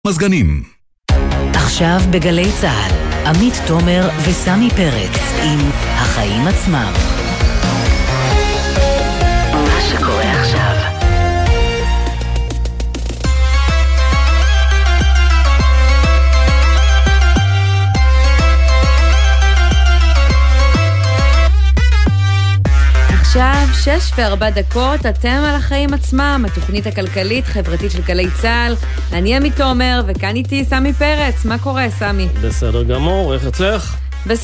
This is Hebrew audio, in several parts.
מזגנים. עכשיו בגלי צהל, עמית תומר וסמי פרץ עם החיים עצמם. מה שקורה עכשיו. עכשיו 6:04, אתם על החיים עצמם, התוכנית הכלכלית חברתית של גלי צהל. אני עמית תומר וכאן איתי סמי פרץ. מה קורה, סמי? בסדר גמור, איך אצלך?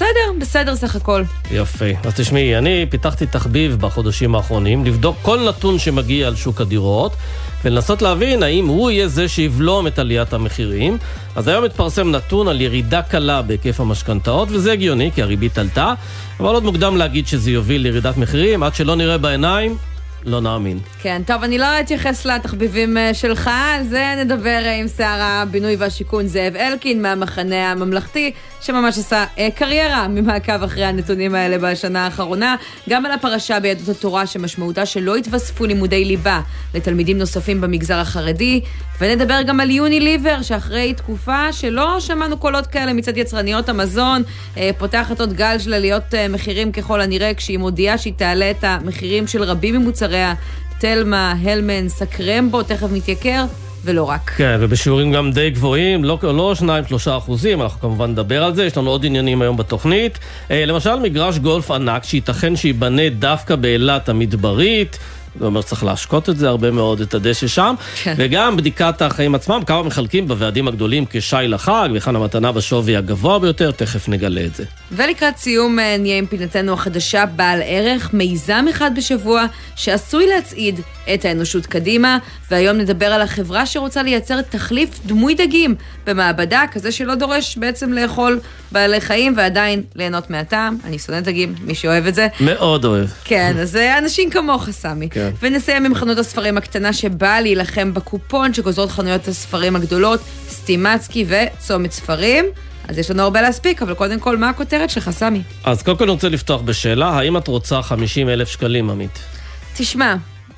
בסדר סך הכל. יפה. אז תשמעי, אני פיתחתי תחביב בחודשים האחרונים לבדוק כל נתון שמגיע על שוק הדירות ולנסות להבין האם הוא יהיה זה שיבלום את עליית המחירים. אז היום מתפרסם נתון על ירידה קלה בהיקף המשכנתאות, וזה הגיוני כי הריבית עלתה, אבל עוד מוקדם להגיד שזה יוביל לירידת מחירים, עד שלא נראה בעיניים לא נאמין. כן, טוב, אני לא אתייחס לתחביבים שלך, על זה נדבר עם שר הבינוי והשיכון זאב אלקין מהמחנה הממלכתי, שממש עשה קריירה ממעקב אחרי הנתונים האלה בשנה האחרונה, גם על הפרשה ביהדות התורה שמשמעותה שלא התווספו לימודי ליבה לתלמידים נוספים במגזר החרדי, ונדבר גם על יוניליבר, שאחרי תקופה שלא שמענו קולות כאלה מצד יצרניות המזון, פותחת עוד גל של עליות מחירים ככל הנראה, כשהיא מודיעה שהיא תעלה את המחירים של רבים ממוצריה, תלמה, הלמן, סקרמבו, תכף מתייקר, ולא רק. כן, ובשיעורים גם די גבוהים, לא 2-3%, אנחנו כמובן נדבר על זה, יש לנו עוד עניינים היום בתוכנית. למשל, מגרש גולף ענק, שייתכן שיבנה דווקא באילת המדברית, זה אומר שצריך להשקות את זה הרבה מאוד, את הדשא שם, וגם בדיקת החיים עצמם, כמה מחלקים בוועדים הגדולים כשי לחג, וכאן המתנה בשווי הגבוה ביותר, תכף נגלה את זה. ולקראת סיום נהיה עם פינתנו החדשה בעל ערך, מיזם אחד בשבוע שעשוי להצעיד את האנושות קדימה, והיום נדבר על החברה שרוצה לייצר תחליף דמוי דגים במעבדה, כזה שלא דורש בעצם לאכול בעלי חיים ועדיין ליהנות מהטעם. אני שונא דגים, מי שאוהב את זה. מאוד אוהב. כן, אז אנשים כמוך, סמי. כן. ונסיים עם חנות הספרים הקטנה שבאה להילחם בקופון שגוזרות חנויות הספרים הגדולות, סטימצקי וצומת ספרים. אז יש לנו הרבה להספיק, אבל קודם כל, מה הכותרת שלך, סמי? אז קודם כל אני רוצה לפתוח בשאלה, האם את רוצה 50,000 שקלים, עמית? תשמע,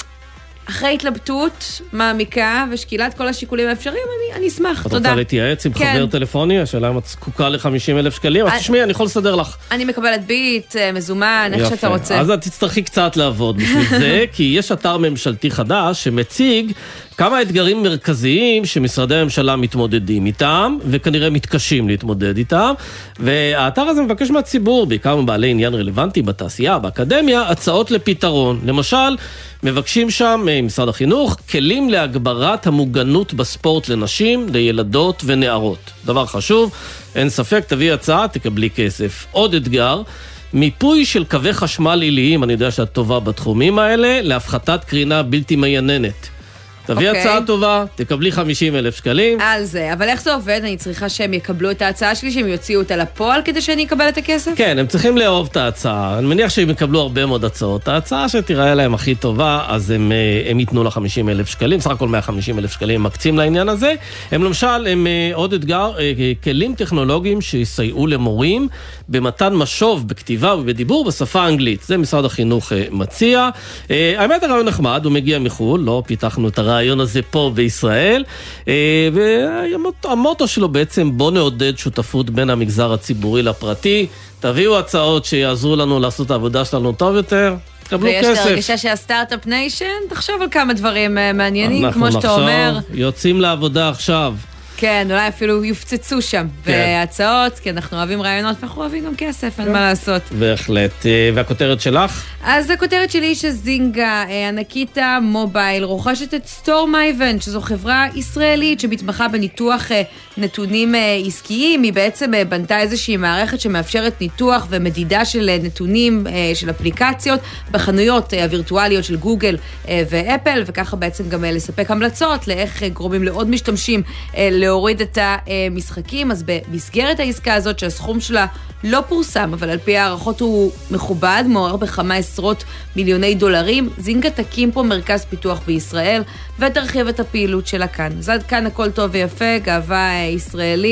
אחרי התלבטות מעמיקה ושקילת כל השיקולים האפשריים, אני אשמח, תודה. את רוצה להתייעץ עם חבר טלפוני? השאלה אם את זקוקה ל50,000 שקלים? אז תשמעי, אני יכול לסדר לך. אני מקבלת ביט, מזומן, איך שאתה רוצה. אז את תצטרכי קצת לעבוד בשביל זה, כי יש אתר ממשלתי חדש שמציג כמה אתגרים מרכזיים שמשרדי הממשלה מתמודדים איתם, וכנראה מתקשים להתמודד איתם, והאתר הזה מבקש מהציבור, בעיקר מבעלי עניין רלוונטי בתעשייה, באקדמיה, הצעות לפתרון. למשל, מבקשים שם משרד החינוך כלים להגברת המוגנות בספורט לנשים, לילדות ונערות. דבר חשוב, אין ספק, תביא הצעה, תקבלי כסף. עוד אתגר, מיפוי של קווי חשמל עיליים, אני יודע שאת טובה בתחומים האלה, להפחתת קרינה בלתי מייננת. תביא הצעה טובה, תקבלי 50,000 שקלים. על זה, אבל איך זה עובד? אני צריכה שהם יקבלו את ההצעה שלי, שהם יוציאו אותה לפועל כדי שאני אקבל את הכסף? כן, הם צריכים לאהוב את ההצעה. אני מניח שהם יקבלו הרבה מאוד הצעות. ההצעה שתראה להם הכי טובה, אז הם ייתנו לה 50,000 שקלים, סך הכל 150,000 שקלים מקצים לעניין הזה. הם למשל, הם עוד אתגר, כלים טכנולוגיים שיסייעו למורים במתן משוב בכתיבה ובדיבור בשפה האנגלית. זה משרד החינוך מציע. האמת, הרעיון נחמד, הוא מגיע מחול, לא פיתחנו את הרעיון הזה פה בישראל, והמוטו שלו בעצם בוא נעודד שותפות בין המגזר הציבורי לפרטי, תביאו הצעות שיעזרו לנו לעשות את העבודה שלנו טוב יותר, תקבלו כסף. ויש להרגישה שהסטארט-אפ ניישן, תחשוב על כמה דברים מעניינים, כמו שאתה אומר. יוצאים לעבודה עכשיו. כן, אולי אפילו יופצצו שם בהצעות, כי אנחנו אוהבים רעיונות, ואנחנו אוהבים גם כסף, אין מה לעשות. בהחלט. והכותרת שלך? אז הכותרת שלי היא שזינגה, ענקית המובייל, רוכשת את סטורם איבנט, שזו חברה ישראלית שמתמחה בניתוח נתונים עסקיים. היא בעצם בנתה איזושהי מערכת שמאפשרת ניתוח ומדידה של נתונים של אפליקציות בחנויות הווירטואליות של גוגל ואפל, וככה בעצם גם לספק המלצות לאיך גורמים לעוד משתמשים להוריד את המשחקים. אז במסגרת העסקה הזאת שהסכום שלה לא פורסם, אבל על פי הערכות הוא מכובד, מעורר בכמה עשרות מיליוני דולרים, זינגה תקים פה מרכז פיתוח בישראל ותרחיב את הפעילות שלה כאן. אז עד כאן הכל טוב ויפה, גאווה ישראלית,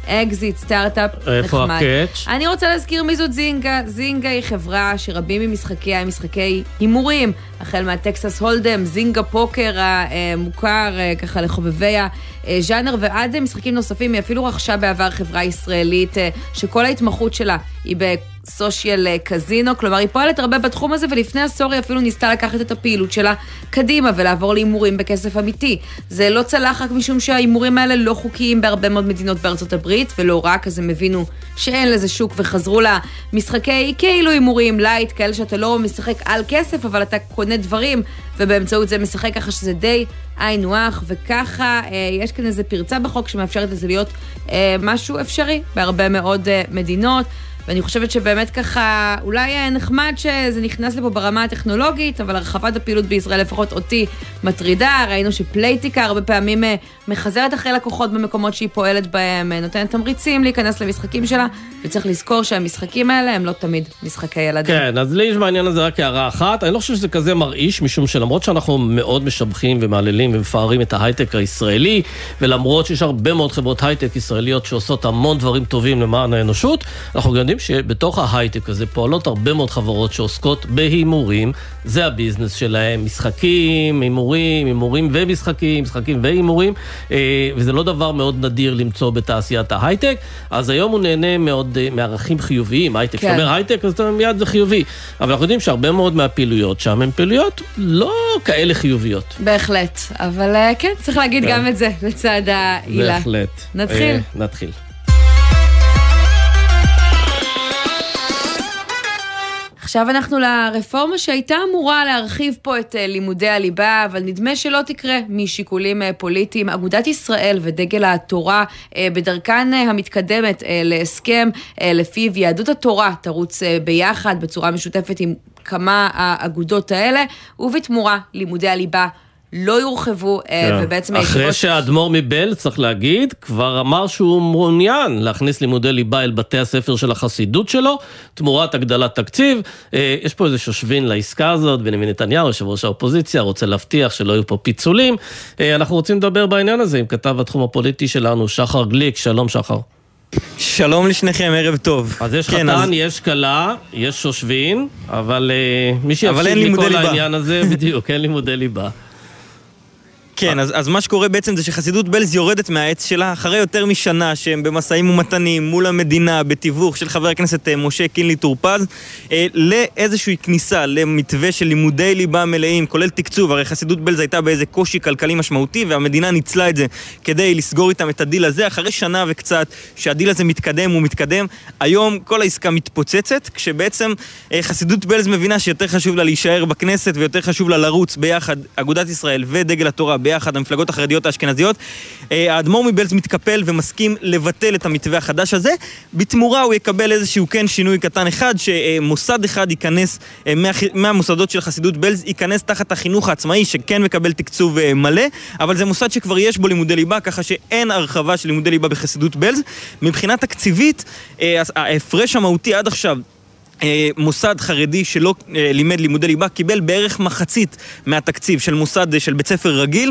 אקזיט, סטארט-אפ, איפה הקאץ'? אני רוצה להזכיר מי זאת זינגה. זינגה היא חברה שרבים ממשחקיה הם משחקי הימורים, החל מהטקסס הולדם, זינגה פוקר המוכר ככה לחובבי הז'אנר, ועד משחקים נוספים. היא אפילו רכשה בעבר חברה ישראלית שכל ההתמחות שלה היא בסושיאל קזינו, כלומר היא פועלת הרבה בתחום הזה, ולפני עשור היא אפילו ניסתה לקחת את הפעילות שלה קדימה ולעבור להימורים בכסף אמיתי. זה לא צלח רק משום שההימורים האלה לא חוקיים בהרבה מאוד מדינות בארצות הברית, ולא רק, אז הם הבינו שאין לזה שוק וחזרו למשחקי כאילו הימורים לייט, כאלה שאתה לא משחק על כסף, אבל אתה קונה דברים ובאמצעות זה משחק, ככה שזה די עין נוח, וככה יש כאן איזו פרצה בחוק שמאפשרת לזה להיות משהו אפשרי בהרבה מאוד מדינות. ואני חושבת שבאמת ככה, אולי נחמד שזה נכנס לפה ברמה הטכנולוגית, אבל הרחבת הפעילות בישראל לפחות אותי מטרידה. ראינו שפלייטיקה הרבה פעמים מחזרת אחרי לקוחות במקומות שהיא פועלת בהם, נותנת תמריצים להיכנס למשחקים שלה, וצריך לזכור שהמשחקים האלה הם לא תמיד משחקי ילדים. כן, אז לי יש בעניין הזה רק הערה אחת. אני לא חושב שזה כזה מרעיש, משום שלמרות שאנחנו מאוד משבחים ומעללים ומפארים את ההייטק הישראלי, ולמרות שיש הרבה מאוד חברות הייטק ישראליות שעושות המון דברים טובים למען האנושות, אנחנו יודעים שבתוך ההייטק הזה פועלות הרבה מאוד חברות שעוסקות בהימורים, זה הביזנס שלהם, משחקים, הימורים ומשחקים, משחקים והימורים, וזה לא דבר מאוד נדיר למצוא בתעשיית ההייטק. אז היום הוא נהנה מאוד מערכים חיוביים, הייטק, זאת אומרת הייטק, אז מיד זה חיובי, אבל אנחנו יודעים שהרבה מאוד מהפעילויות שם הן פעילויות לא כאלה חיוביות. בהחלט, אבל כן, צריך להגיד גם את זה לצד העילה. בהחלט. נתחיל. עכשיו אנחנו לרפורמה שהייתה אמורה להרחיב פה את לימודי הליבה, אבל נדמה שלא תקרה משיקולים פוליטיים. אגודת ישראל ודגל התורה בדרכן המתקדמת להסכם לפיו יהדות התורה תרוץ ביחד בצורה משותפת עם כמה האגודות האלה, ובתמורה לימודי הליבה לא יורחבו, ובעצם אחרי שהאדמו"ר מבעלז, צריך להגיד, כבר אמר שהוא מעוניין להכניס לימודי ליבה אל בתי הספר של החסידות שלו, תמורת הגדלת תקציב. יש פה איזה שושבין לעסקה הזאת, בנימין נתניהו, יושב ראש האופוזיציה, רוצה להבטיח שלא יהיו פה פיצולים. אנחנו רוצים לדבר בעניין הזה עם כתב התחום הפוליטי שלנו, שחר גליק. שלום שחר. שלום לשניכם, ערב טוב. אז יש חתן, יש קלה, יש שושבין, אבל מי שיפסיד מכל העניין הזה, בדיוק, אין לימודי ליבה. כן, אז מה שקורה בעצם זה שחסידות בעלז יורדת מהעץ שלה, אחרי יותר משנה שהם במסעים ומתנים מול המדינה, בתיווך של חבר הכנסת משה קינלי טור פז, לאיזושהי כניסה למתווה של לימודי ליבה מלאים, כולל תקצוב. הרי חסידות בעלז הייתה באיזה קושי כלכלי משמעותי, והמדינה ניצלה את זה כדי לסגור איתם את הדיל הזה. אחרי שנה וקצת שהדיל הזה מתקדם ומתקדם, היום כל העסקה מתפוצצת, כשבעצם חסידות בעלז מבינה שיותר חשוב לה להישאר בכנסת, ויותר חשוב לה לרוץ ביחד, אגודת ישראל ודגל התורה ביחד, המפלגות החרדיות האשכנזיות. האדמו"ר מבעלז מתקפל ומסכים לבטל את המתווה החדש הזה. בתמורה הוא יקבל איזשהו שינוי קטן אחד, שמוסד אחד ייכנס, מהמוסדות של חסידות בעלז ייכנס תחת החינוך העצמאי, שכן מקבל תקצוב מלא, אבל זה מוסד שכבר יש בו לימודי ליבה, ככה שאין הרחבה של לימודי ליבה בחסידות בעלז. מבחינה תקציבית, ההפרש המהותי עד עכשיו, מוסד חרדי שלא לימד לימודי ליבה קיבל בערך מחצית מהתקציב של מוסד של בית ספר רגיל,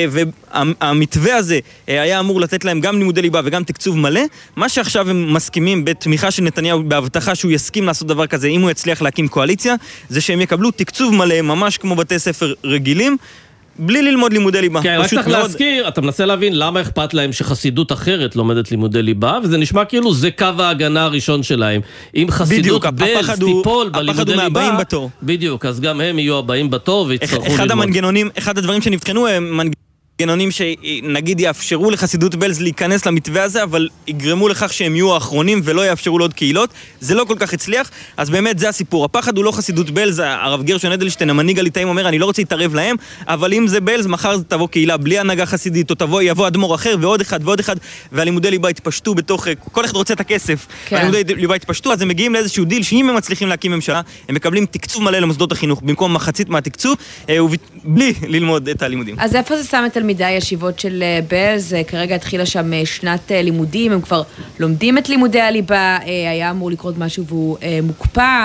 והמתווה הזה היה אמור לתת להם גם לימודי ליבה וגם תקצוב מלא. מה שעכשיו הם מסכימים בתמיכה של נתניהו, בהבטחה שהוא יסכים לעשות דבר כזה אם הוא יצליח להקים קואליציה, זה שהם יקבלו תקצוב מלא ממש כמו בתי ספר רגילים, בלי ללמוד לימודי ליבה. כן, רק צריך להזכיר, אתה מנסה להבין למה אכפת להם שחסידות אחרת לומדת לימודי ליבה, וזה נשמע כאילו זה קו ההגנה הראשון שלהם. אם חסידות בעלז תיפול בלימודי ליבה, בדיוק, אז גם הם יהיו הבאים בתור ויצטרכו ללמוד. אחד הדברים שנבחנו הם מנגנונים שנגיד יאפשרו לחסידות בעלז להיכנס למתווה הזה, אבל יגרמו לכך שהם יהיו האחרונים ולא יאפשרו לעוד קהילות. זה לא כל כך הצליח, אז באמת זה הסיפור. הפחד הוא לא חסידות בעלז. הרב גרשון אדלשטיין, המנהיג הליטאים, אומר, אני לא רוצה להתערב להם, אבל אם זה בעלז, מחר תבוא קהילה בלי הנהגה חסידית, או יבוא אדמו"ר אחר ועוד אחד ועוד אחד, והלימודי ליבה יתפשטו בתוך, כל אחד רוצה את הכסף. הלימודי ליבה יתפשטו, אז הם מגיעים לאיזשהו דיל שאם הם מצליחים להקים ממשלה, הם מקבלים תקצוב מלא למוסדות החינוך, במקום מחצית מהתקצוב, ובלי ללמוד את הלימודים. אז איפה זה שם את תלמידי הישיבות של בעלז? כרגע התחילה שם שנת לימודים, הם כבר לומדים את לימודי הליבה, היה אמור לקרות משהו והוא מוקפא.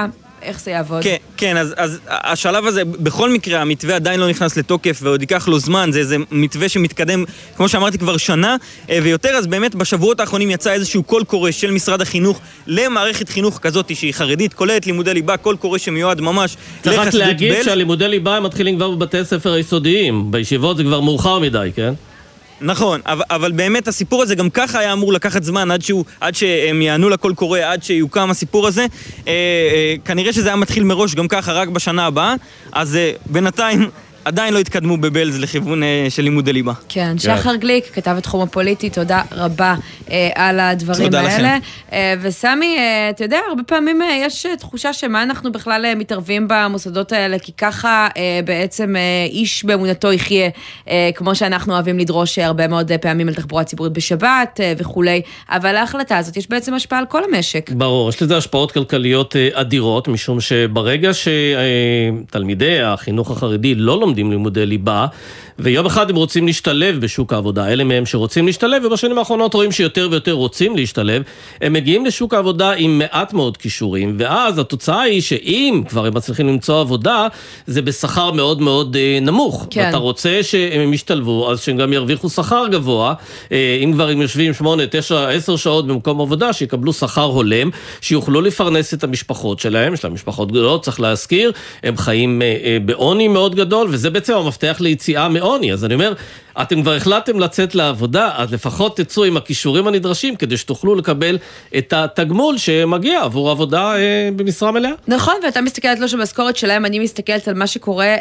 איך זה יעבוד? כן, אז השלב הזה, בכל מקרה, המתווה עדיין לא נכנס לתוקף, ועוד ייקח לו זמן, זה מתווה שמתקדם, כמו שאמרתי, כבר שנה, ויותר, אז באמת בשבועות האחרונים יצא איזשהו קול קורא של משרד החינוך למערכת חינוך כזאת שהיא חרדית, כוללת לימודי ליבה, קול קורא שמיועד ממש צריך רק להגיד שהלימודי ליבה הם מתחילים כבר בבתי ספר היסודיים, בישיבות זה כבר מאוחר מדי, כן? נכון, אבל באמת הסיפור הזה גם ככה היה אמור לקחת זמן עד שהם יענו לקול קורא, עד שיוקם הסיפור הזה. כנראה שזה היה מתחיל מראש גם ככה רק בשנה הבאה, אז בינתיים עדיין לא התקדמו בבלז לכיוון של לימודי ליבה. כן, שחר גליק, כתב את תחום הפוליטי, תודה רבה על הדברים האלה. וסמי, אתה יודע, הרבה פעמים יש תחושה שמה אנחנו בכלל מתערבים במוסדות האלה, כי ככה בעצם איש באמונתו יחיה, כמו שאנחנו אוהבים לדרוש הרבה מאוד פעמים על תחבורה ציבורית בשבת וכולי, אבל ההחלטה הזאת יש בעצם השפעה על כל המשק. ברור, יש לזה השפעות כלכליות אדירות, משום שברגע שתלמידי החינוך החרדי לא לומדים לימודי ליבה, ויום אחד הם רוצים להשתלב בשוק העבודה, אלה מהם שרוצים להשתלב, ובשנים האחרונות רואים שיותר ויותר רוצים להשתלב, הם מגיעים לשוק העבודה עם מעט מאוד כישורים, ואז התוצאה היא שאם כבר הם מצליחים למצוא עבודה, זה בשכר מאוד מאוד נמוך. כן. ואתה רוצה שהם ישתלבו, אז שהם גם ירוויחו שכר גבוה, אם כבר הם יושבים 8, 9, 10 שעות במקום עבודה, שיקבלו שכר הולם, שיוכלו לפרנס את המשפחות שלהם, יש להם משפחות גדולות, צריך להזכיר, הם חיים בעוני מאוד גדול, וזה בעצם המפתח ליציאה מעוני. אז אני אומר, אתם כבר החלטתם לצאת לעבודה, אז לפחות תצאו עם הכישורים הנדרשים, כדי שתוכלו לקבל את התגמול שמגיע עבור עבודה במשרה מלאה. נכון, ואתה מסתכלת לא שבמשכורת שלהם, אני מסתכלת על מה שקורה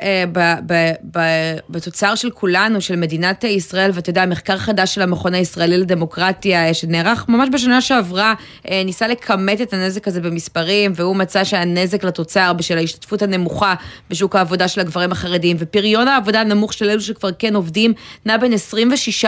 בתוצר של כולנו, של מדינת ישראל, ואתה יודע, מחקר חדש של המכון הישראלי לדמוקרטיה, שנערך ממש בשנה שעברה, ניסה לכמת את הנזק הזה במספרים, והוא מצא שהנזק לתוצר בשל ההשתתפות הנמוכה בשוק העבודה של הגברים החרדים, ופריון העבודה הנמוך של אלו שכבר כן עובדים, נע בין 26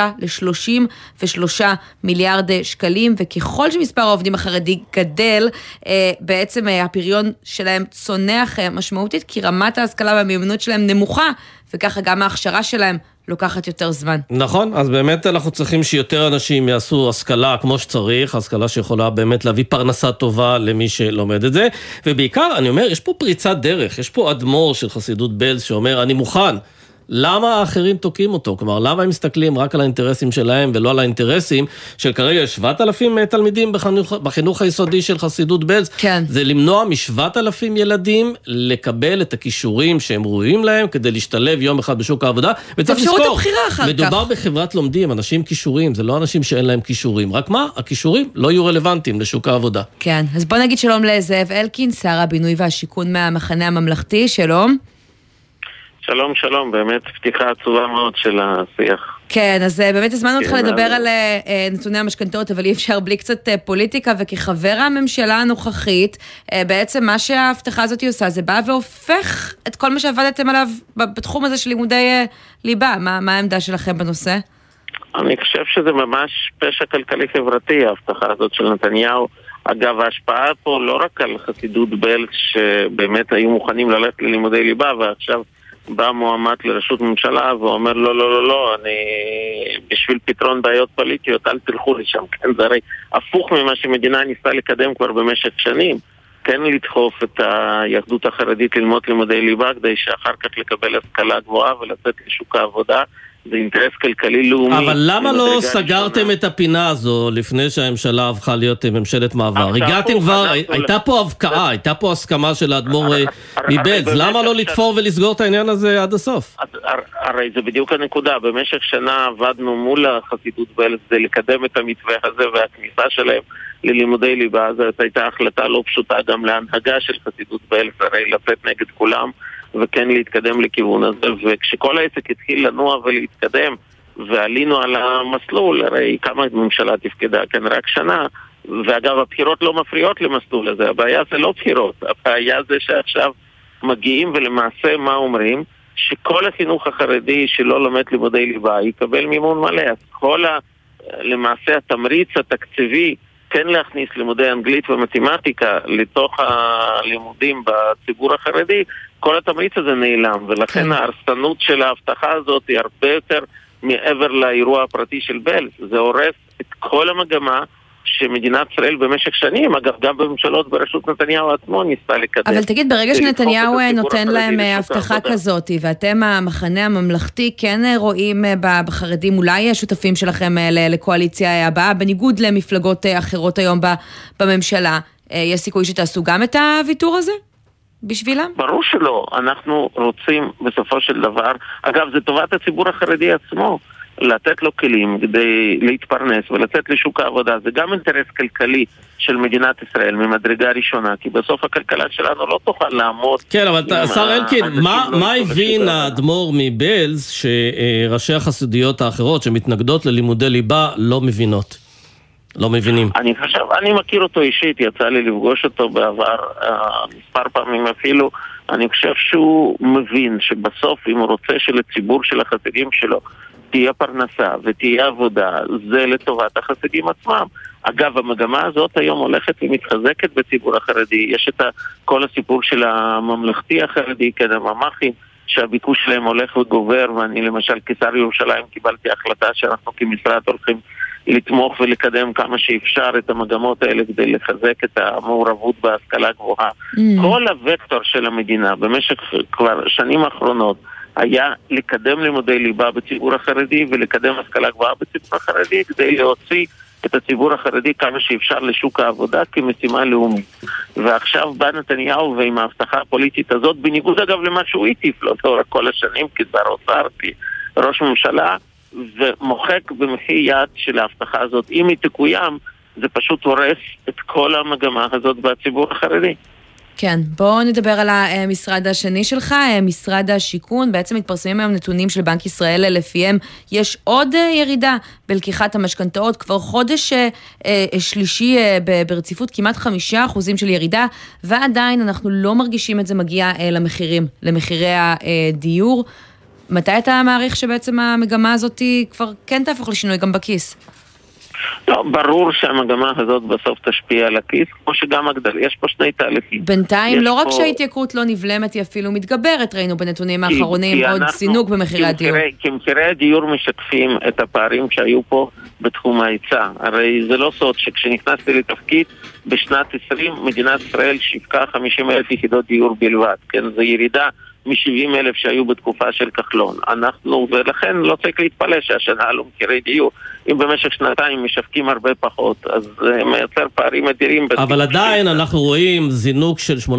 ל-33 מיליארד שקלים, וככל שמספר העובדים החרדי גדל, בעצם הפריון שלהם צונח משמעותית, כי רמת ההשכלה והמיומנות שלהם נמוכה, וככה גם ההכשרה שלהם לוקחת יותר זמן. נכון, אז באמת אנחנו צריכים שיותר אנשים יעשו השכלה כמו שצריך, השכלה שיכולה באמת להביא פרנסה טובה למי שלומד את זה, ובעיקר אני אומר, יש פה פריצת דרך, יש פה אדמו"ר של חסידות בלז שאומר, אני מוכן. למה האחרים תוקעים אותו? כלומר, למה הם מסתכלים רק על האינטרסים שלהם ולא על האינטרסים של כרגע 7,000 תלמידים בחינוך היסודי של חסידות בלז? כן. זה למנוע מ7,000 ילדים לקבל את הכישורים שהם ראויים להם כדי להשתלב יום אחד בשוק העבודה. וצריך לזכור, מדובר בחברת לומדים, אנשים כישורים, זה לא אנשים שאין להם כישורים. רק מה? הכישורים לא יהיו רלוונטיים לשוק העבודה. כן, אז בוא נגיד שלום לזאב אלקין, שר הבינוי והשיכון מהמחנה הממלכתי, שלום. שלום, שלום, באמת פתיחה עצובה מאוד של השיח. כן, אז באמת הזמנו אותך לדבר על נתוני המשכנתאות, אבל אי אפשר בלי קצת פוליטיקה, וכחבר הממשלה הנוכחית, בעצם מה שההבטחה הזאת עושה, זה בא והופך את כל מה שעבדתם עליו בתחום הזה של לימודי ליבה. מה העמדה שלכם בנושא? אני חושב שזה ממש פשע כלכלי חברתי, ההבטחה הזאת של נתניהו. אגב, ההשפעה פה לא רק על חסידות בלז, שבאמת היו מוכנים ללכת ללימודי ליבה, ועכשיו בא מועמד לראשות ממשלה ואומר לא, אני בשביל פתרון בעיות פוליטיות, אל תלכו לשם, כן, זה הרי הפוך ממה שמדינה ניסה לקדם כבר במשך שנים, כן לדחוף את היהדות החרדית ללמוד לימודי ליבה, כדי שאחר כך לקבל השכלה גבוהה ולצאת לשוק העבודה, זה אינטרס כלכלי לאומי. אבל למה לא סגרתם את הפינה הזו לפני שהממשלה הפכה להיות ממשלת מעבר? הגעתם כבר, הייתה פה הבקעה, הייתה פה הסכמה של האדמו"ר מבלז, למה לא לתפור ולסגור את העניין הזה עד הסוף? הרי זה בדיוק הנקודה, במשך שנה עבדנו מול החסידות בלז כדי לקדם את המתווה הזה והכניסה שלהם ללימודי ליבה, זאת הייתה החלטה לא פשוטה גם להנהגה של חסידות בלז, הרי לצאת נגד כולם וכן להתקדם לכיוון הזה, וכשכל העסק התחיל לנוע ולהתקדם ועלינו על המסלול, הרי כמה ממשלה תפקדה כאן רק שנה, ואגב הבחירות לא מפריעות למסלול הזה, הבעיה זה לא בחירות, הבעיה זה שעכשיו מגיעים ולמעשה מה אומרים? שכל החינוך החרדי שלא לומד לימודי ליבה יקבל מימון מלא, אז למעשה התמריץ התקציבי כן להכניס לימודי אנגלית ומתמטיקה לתוך הלימודים בציבור החרדי, כל התמריץ הזה נעלם, ולכן ההרסנות של ההבטחה הזאת היא הרבה יותר מעבר לאירוע הפרטי של בלז. זה הורס את כל המגמה שמדינת ישראל במשך שנים, אגב גם בממשלות בראשות נתניהו עצמו ניסתה לקדם. אבל תגיד, ברגע שנתניהו נותן להם הבטחה כזאת, ואתם המחנה הממלכתי כן רואים בחרדים אולי השותפים שלכם לקואליציה הבאה, בניגוד למפלגות אחרות היום בממשלה, יש סיכוי שתעשו גם את הוויתור הזה בשבילם? ברור שלא, אנחנו רוצים בסופו של דבר, אגב זה טובת הציבור החרדי עצמו, לתת לו כלים כדי להתפרנס ולצאת לשוק העבודה. זה גם אינטרס כלכלי של מדינת ישראל ממדרגה ראשונה, כי בסוף הכלכלה שלנו לא תוכל לעמוד. כן, אבל השר אלקין, מה הבין האדמו"ר מבלז שראשי החסידויות האחרות שמתנגדות ללימודי ליבה לא מבינות? לא מבינים. אני מכיר אותו אישית, יצא לי לפגוש אותו בעבר מספר פעמים אפילו. אני חושב שהוא מבין שבסוף אם הוא רוצה שלציבור של החסידים שלו תהיה פרנסה ותהיה עבודה, זה לטובת החסידים עצמם. אגב, המגמה הזאת היום הולכת ומתחזקת בציבור החרדי. יש את כל הסיפור של הממלכתי החרדי, כן, הממ"חים, שהביקוש שלהם הולך וגובר, ואני למשל כשר ירושלים קיבלתי החלטה שאנחנו כמשרד הולכים לתמוך ולקדם כמה שאפשר את המגמות האלה כדי לחזק את המעורבות בהשכלה גבוהה. כל הוקטור של המדינה במשך כבר שנים האחרונות היה לקדם לימודי ליבה בציבור החרדי ולקדם השכלה גבוהה בציבור החרדי כדי להוציא את הציבור החרדי כמה שאפשר לשוק העבודה כמשימה לאומית. ועכשיו בא נתניהו ועם ההבטחה הפוליטית הזאת, בניגוד אגב למה שהוא הטיף לו לאורך כל השנים כשר אוצר, כראש ממשלה, ומוחק במחי יד של ההבטחה הזאת. אם היא תקוים, זה פשוט הורס את כל המגמה הזאת בציבור החרדי. כן, בואו נדבר על המשרד השני שלך, משרד השיכון. בעצם מתפרסמים היום נתונים של בנק ישראל, לפיהם יש עוד ירידה בלקיחת המשכנתאות, כבר חודש שלישי ברציפות, כמעט 5% של ירידה, ועדיין אנחנו לא מרגישים את זה מגיע למחירי הדיור. מתי אתה מעריך שבעצם המגמה הזאת כבר כן תהפוך לשינוי גם בכיס? לא, ברור שהמגמה הזאת בסוף תשפיע על הכיס, כמו שגם יש פה שני תהליכים. בינתיים לא רק שההתייקרות לא נבלמת, היא אפילו מתגברת, ראינו בנתונים האחרונים עוד זינוק במחירי הדיור. כי מחירי הדיור משקפים את הפערים שהיו פה בתחום ההיצע. הרי זה לא סוד שכשנכנסתי לתפקיד, בשנת 20 מדינת ישראל שיווקה 50,000 יחידות דיור בלבד. כן, זו ירידה מ-70,000 שהיו בתקופה של כחלון. ולכן לא צריך להתפלא שהשנה עלו מחירי דיור. אם במשך שנתיים משווקים הרבה פחות, אז זה מייצר פערים אדירים. אבל עדיין אנחנו רואים זינוק של 18%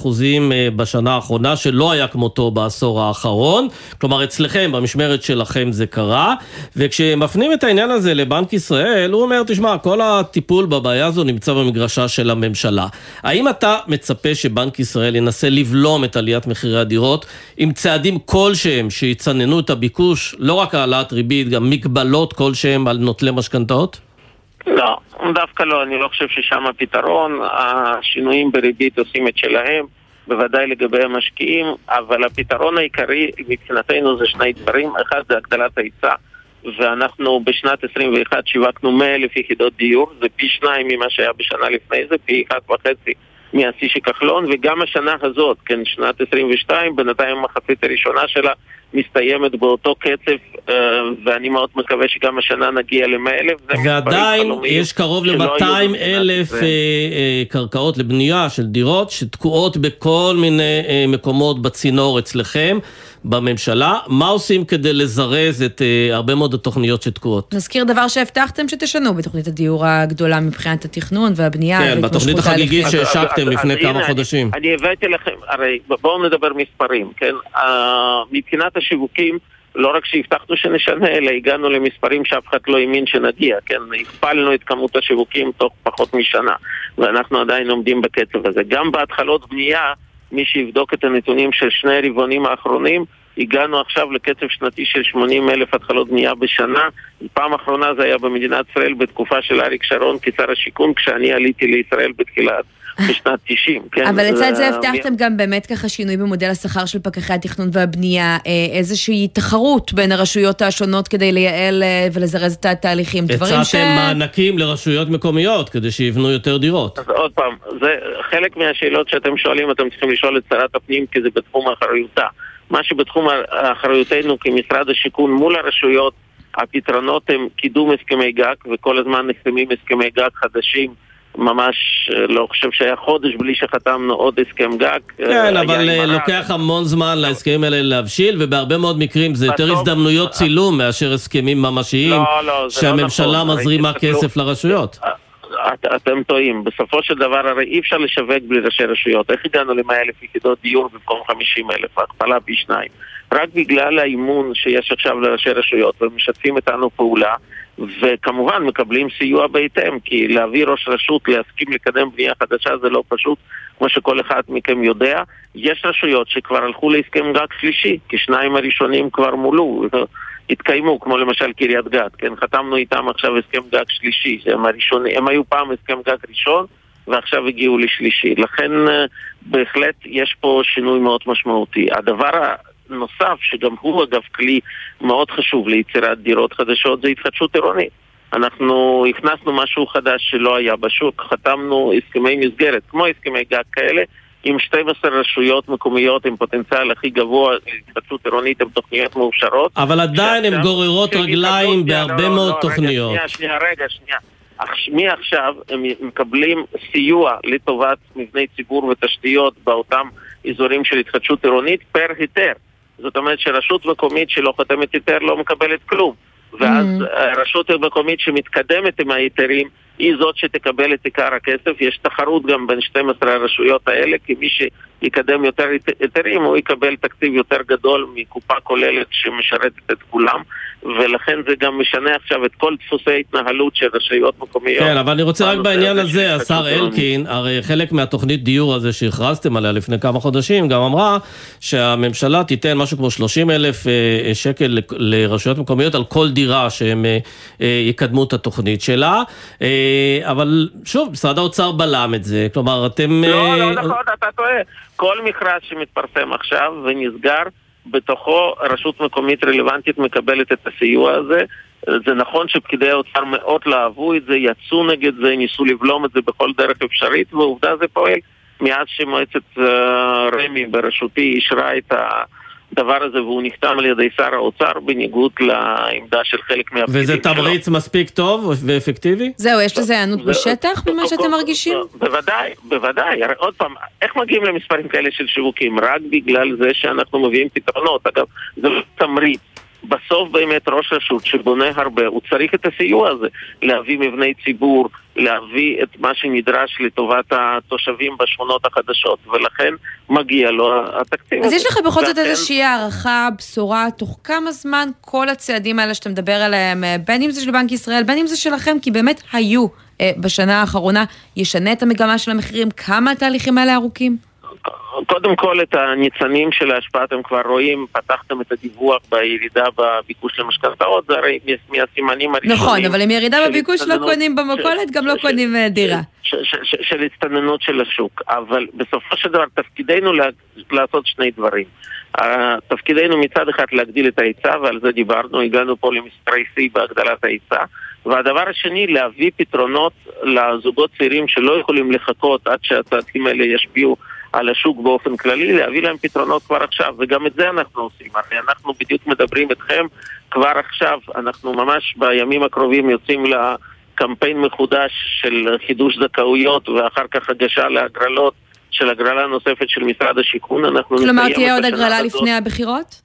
בשנה האחרונה, שלא היה כמותו בעשור האחרון. כלומר, אצלכם, במשמרת שלכם זה קרה. וכשמפנים את העניין הזה לבנק ישראל, הוא אומר, תשמע, כל הטיפול בבעיה הזו נמצא במגרשה של הממשלה. האם אתה מצפה שבנק ישראל ינסה לבלום את עליית מחירי הדירות, עם צעדים כלשהם שיצננו את הביקוש, לא רק העלאת ריבית, גם מגבלות כלשהם על נוטלי משכנתאות? לא, דווקא לא, אני לא חושב ששם הפתרון. השינויים בריבית עושים את שלהם, בוודאי לגבי המשקיעים, אבל הפתרון העיקרי מבחינתנו זה שני דברים. אחד זה הגדלת ההיצע, ואנחנו בשנת 21 שיווקנו 100,000 יחידות דיור, זה פי 2 ממה שהיה בשנה לפני זה, פי 1.5 מהשיא של כחלון, וגם השנה הזאת, כן, שנת 22, בינתיים המחצית הראשונה שלה מסתיימת באותו קצב, ואני מאוד מקווה שגם השנה נגיע ל100,000. ועדיין יש קרוב ל200,000 קרקעות לבנייה של דירות שתקועות בכל מיני מקומות בצינור אצלכם בממשלה. מה עושים כדי לזרז את הרבה מאוד התוכניות שתקועות? נזכיר דבר שהבטחתם שתשנו בתוכנית הדיור הגדולה מבחינת התכנון והבנייה. כן, בתוכנית החגיגית שהשקתם לפני כמה חודשים. אני הבאתי לכם, הרי בואו נדבר מספרים, כן? מבחינת השיווקים, לא רק שהבטחנו שנשנה, אלא הגענו למספרים שאף אחד לא האמין שנגיע, כן? הכפלנו את כמות השיווקים תוך פחות משנה, ואנחנו עדיין עומדים בקצב הזה. גם בהתחלות בנייה, מי שיבדוק את הנתונים של שני הרבעונים האחרונים, הגענו עכשיו לקצב שנתי של 80,000 התחלות בנייה בשנה. פעם האחרונה זה היה במדינת ישראל בתקופה של אריק שרון כשר השיכון, כשאני עליתי לישראל בתחילת בשנת 90. כן? אבל לצד זה הבטחתם גם באמת ככה שינוי במודל השכר של פקחי התכנון והבנייה, איזושהי תחרות בין הרשויות השונות כדי לייעל ולזרז את התהליכים. הצעתם מענקים לרשויות מקומיות כדי שיבנו יותר דירות. אז עוד פעם, זה חלק מהשאלות שאתם שואלים, אתם צריכים לשאול את שרת הפנים, כי זה בתחום אחריותה. מה שבתחום אחריותנו כמשרד השיכון מול הרשויות, הפתרונות הם קידום הסכמי גג, וכל הזמן נחתמים הסכמי גג חדשים, ממש לא חושב שהיה חודש בלי שחתמנו עוד הסכם גג. כן, אבל לוקח המון זמן להסכמים האלה להבשיל, ובהרבה מאוד מקרים זה יותר הזדמנויות צילום מאשר הסכמים ממשיים, שהממשלה מזרימה כסף לרשויות. אתם טועים, בסופו של דבר הרי אי אפשר לשווק בלי ראשי רשויות. איך הגענו ל100,000 יחידות דיור במקום 50,000, הכפלה פי 2? רק בגלל האימון שיש עכשיו לראשי רשויות, ומשתפים איתנו פעולה, וכמובן מקבלים סיוע בהתאם, כי להביא ראש רשות להסכים לקדם בנייה חדשה זה לא פשוט, כמו שכל אחד מכם יודע. יש רשויות שכבר הלכו להסכם גג שלישי, כי שניים הראשונים כבר מולו, התקיימו, כמו למשל קריית גת, כן, חתמנו איתם עכשיו הסכם גג שלישי, הם היו פעם הסכם גג ראשון, ועכשיו הגיעו לשלישי. לכן בהחלט יש פה שינוי מאוד משמעותי. הדבר נוסף, שגם הוא אגב כלי מאוד חשוב ליצירת דירות חדשות, זה התחדשות עירונית. אנחנו הכנסנו משהו חדש שלא היה בשוק, חתמנו הסכמי מסגרת, כמו הסכמי גג כאלה, עם 12 רשויות מקומיות עם פוטנציאל הכי גבוה להתחדשות עירונית, עם תוכניות מאושרות. אבל עדיין הן גוררות רגליים בהרבה מאוד תוכניות. שנייה. מעכשיו הם מקבלים סיוע לטובת מבני ציבור ותשתיות באותם אזורים של התחדשות עירונית פר היתר. זאת אומרת שרשות מקומית שלא חותמת היתר לא מקבלת כלום. ואז רשות מקומית שמתקדמת עם ההיתרים היא זאת שתקבל את עיקר הכסף. יש תחרות גם בין 12 הרשויות האלה, כי מי שיקדם יותר היתרים הוא יקבל תקציב יותר גדול מקופה כוללת שמשרתת את כולם, ולכן זה גם משנה עכשיו את כל דפוסי התנהלות של רשויות מקומיות. כן, אבל אני רוצה רק בעניין הזה, השר אלקין, הרי חלק מהתוכנית דיור הזה שהכרזתם עליה לפני כמה חודשים, גם אמרה שהממשלה תיתן משהו כמו 30,000 שקל לרשויות מקומיות על כל דירה שהם יקדמו את התוכנית שלה, אבל שוב, משרד האוצר בלם את זה, כלומר אתם... לא, נכון, אתה טועה. כל מכרז שמתפרסם עכשיו ונסגר, בתוכו רשות מקומית רלוונטית מקבלת את הסיוע הזה. זה נכון שפקידי האוצר מאוד לא אהבו את זה, יצאו נגד זה, ניסו לבלום את זה בכל דרך אפשרית, ועובדה זה פועל. מאז שמועצת רמי בראשותי אישרה את הדבר הזה, והוא נחתם על ידי שר האוצר בניגוד לעמדה של חלק מהפקידים. וזה תמריץ מספיק טוב ואפקטיבי? זהו, יש לזה הענות בשטח ממה שאתם מרגישים? בוודאי. עוד פעם, איך מגיעים למספרים כאלה של שיווקים? רק בגלל זה שאנחנו מביאים פתרונות. אגב, זה לא תמריץ. בסוף באמת ראש רשות שבונה הרבה, הוא צריך את הסיוע הזה, להביא מבני ציבור, להביא את מה שנדרש לטובת התושבים בשכונות החדשות, ולכן מגיע לו התקציב. אז יש לך בכל זאת איזושהי הערכה, בשורה, תוך כמה זמן כל הצעדים האלה שאתה מדבר עליהם, בין אם זה של בנק ישראל, בין אם זה שלכם, כי באמת היו בשנה האחרונה, ישנה את המגמה של המחירים, כמה התהליכים האלה ארוכים? קודם כל את הניצנים של ההשפעה אתם כבר רואים, פתחתם את הדיווח בירידה בביקוש למשכנתאות, זה הרי מהסימנים הראשונים. נכון, אבל אם ירידה בביקוש לא קונים במכולת, גם לא קונים דירה. של הסתננות של השוק, אבל בסופו של דבר תפקידנו לעשות שני דברים. תפקידנו מצד אחד להגדיל את ההיצע, ועל זה דיברנו, הגענו פה למספרי שיא בהגדלת ההיצע, והדבר השני, להביא פתרונות לזוגות צעירים שלא יכולים לחכות עד שהצעדים האלה ישפיעו על השוק באופן כללי, להביא להם פתרונות כבר עכשיו, וגם את זה אנחנו עושים. הרי אנחנו בדיוק מדברים אתכם כבר עכשיו, אנחנו ממש בימים הקרובים יוצאים לקמפיין מחודש של חידוש זכאויות, ואחר כך הגשה להגרלות של הגרלה נוספת של משרד השיכון. כלומר, תהיה עוד הגרלה לפני הבחירות?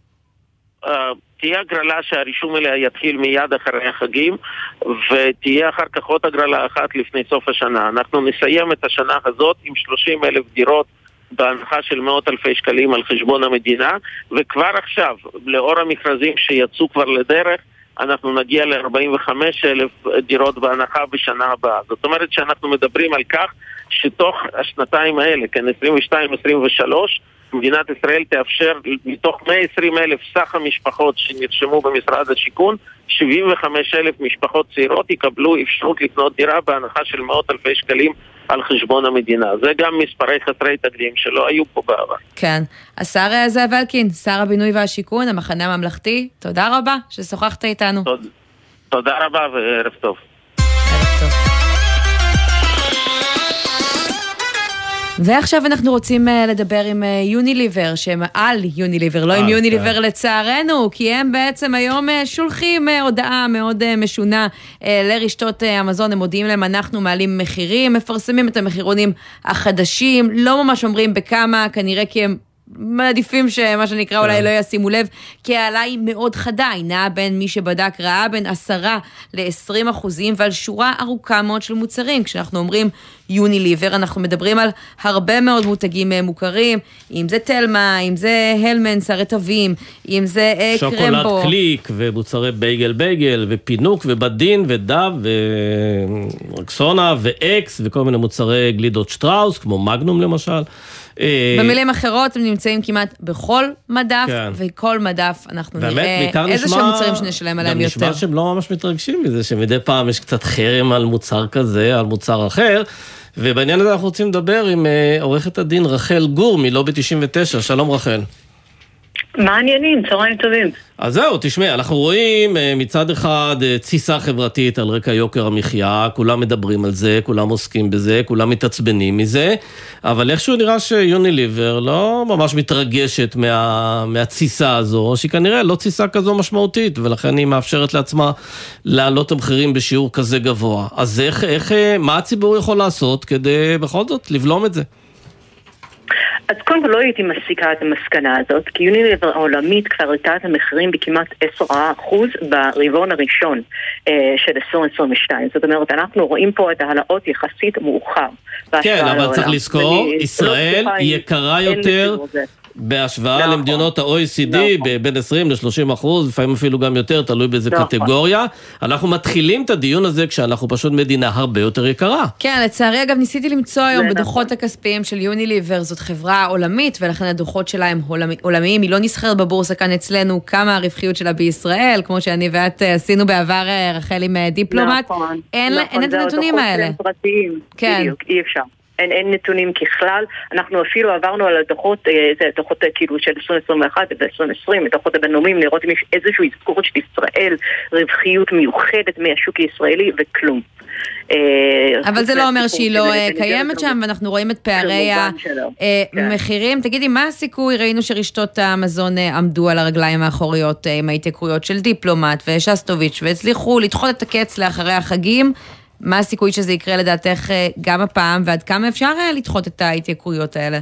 תהיה הגרלה שהרישום אליה יתחיל מיד אחרי החגים, ותהיה אחר כך עוד הגרלה אחת לפני סוף השנה. אנחנו נסיים את השנה הזאת עם 30,000 דירות בהנחה של מאות אלפי שקלים על חשבון המדינה, וכבר עכשיו, לאור המכרזים שיצאו כבר לדרך, אנחנו נגיע ל-45,000 דירות בהנחה בשנה הבאה. זאת אומרת שאנחנו מדברים על כך שתוך השנתיים האלה, כן, 22-23, מדינת ישראל תאפשר מתוך 120,000 סך המשפחות שנרשמו במשרד השיכון, 75,000 משפחות צעירות יקבלו אפשרות לקנות דירה בהנחה של מאות אלפי שקלים על חשבון המדינה. זה גם מספרי חסרי תקדים שלא היו פה בעבר. כן. השר זאב אלקין, שר הבינוי והשיכון, המחנה הממלכתי, תודה רבה ששוחחת איתנו. תודה רבה וערב טוב. ערב טוב. ועכשיו אנחנו רוצים לדבר עם יוניליבר, שהם על יוניליבר, לא עם יוניליבר לצערנו, כי הם בעצם היום שולחים הודעה מאוד משונה לרשתות המזון, הם מודיעים להם אנחנו מעלים מחירים, מפרסמים את המחירונים החדשים, לא ממש אומרים בכמה, כנראה כי הם מעדיפים שמה שנקרא אולי לא ישימו לב, כי העלה היא מאוד חדה, היא נעה בין מי שבדק ראה בין 10% ל-20% ועל שורה ארוכה מאוד של מוצרים. כשאנחנו אומרים יוניליבר, אנחנו מדברים על הרבה מאוד מותגים מוכרים, אם זה תלמה, אם זה הלמנס, הרטבים, אם זה קרמבו. שוקולד קליק ומוצרי בייגל ופינוק ובדין ודב ורקסונה ואקס וכל מיני מוצרי גלידות שטראוס, כמו מגנום למשל. במילים אחרות הם נמצאים כמעט בכל מדף, וכל מדף אנחנו נראה איזה שהם מוצרים שנשלם עליהם יותר. גם נשמע שהם לא ממש מתרגשים מזה, שמדי פעם יש קצת חרם על מוצר כזה, על מוצר אחר, ובעניין הזה אנחנו רוצים לדבר עם עורכת הדין רחל גור מלובי 99, שלום רחל. מה העניינים? צהריים טובים. אז זהו, תשמע, אנחנו רואים מצד אחד תסיסה חברתית על רקע יוקר המחיה, כולם מדברים על זה, כולם עוסקים בזה, כולם מתעצבנים מזה, אבל איכשהו נראה שיוניליבר לא ממש מתרגשת מהתסיסה הזו, שהיא כנראה לא תסיסה כזו משמעותית, ולכן היא מאפשרת לעצמה להעלות המחירים בשיעור כזה גבוה. אז מה הציבור יכול לעשות כדי בכל זאת לבלום את זה? אז קודם כל לא הייתי מסיקה את המסקנה הזאת, כי יוניליבר העולמית כבר ראתה את המחירים בכמעט 10% ברבעון הראשון של 2022. זאת אומרת, אנחנו רואים פה את ההעלאות יחסית מאוחר. כן, אבל צריך לזכור, ישראל היא יקרה יותר בהשוואה למדינות ה-OECD, בין 20-30%, לפעמים אפילו גם יותר, תלוי באיזה קטגוריה. אנחנו מתחילים את הדיון הזה כשאנחנו פשוט מדינה הרבה יותר יקרה. כן, לצערי אגב ניסיתי למצוא היום בדוחות הכספיים של יוניליבר, זאת חברה עולמית, ולכן הדוחות שלה הם עולמיים, היא לא נסחרת בבורסה כאן אצלנו, כמה הרווחיות שלה בישראל, כמו שאני ואת עשינו בעבר רחל עם דיפלומט, אין את הנתונים האלה. כן. אי אפשר. אין נתונים ככלל, אנחנו אפילו עברנו על הדוחות, זה דוחות כאילו של 2021 ו-2020, הדוחות הבינלאומיים, לראות אם יש איזשהו הזכורת של ישראל, רווחיות מיוחדת מהשוק הישראלי וכלום. אבל זה לא אומר שהיא לא קיימת שם, ואנחנו רואים את פערי המחירים. תגידי, מה הסיכוי? ראינו שרשתות המזון עמדו על הרגליים האחוריות עם ההתייקרויות של דיפלומט ושסטוביץ' והצליחו לדחות את הקץ לאחרי החגים. מה הסיכוי שזה יקרה לדעתך גם הפעם, ועד כמה אפשר לדחות את ההתייקרויות האלה?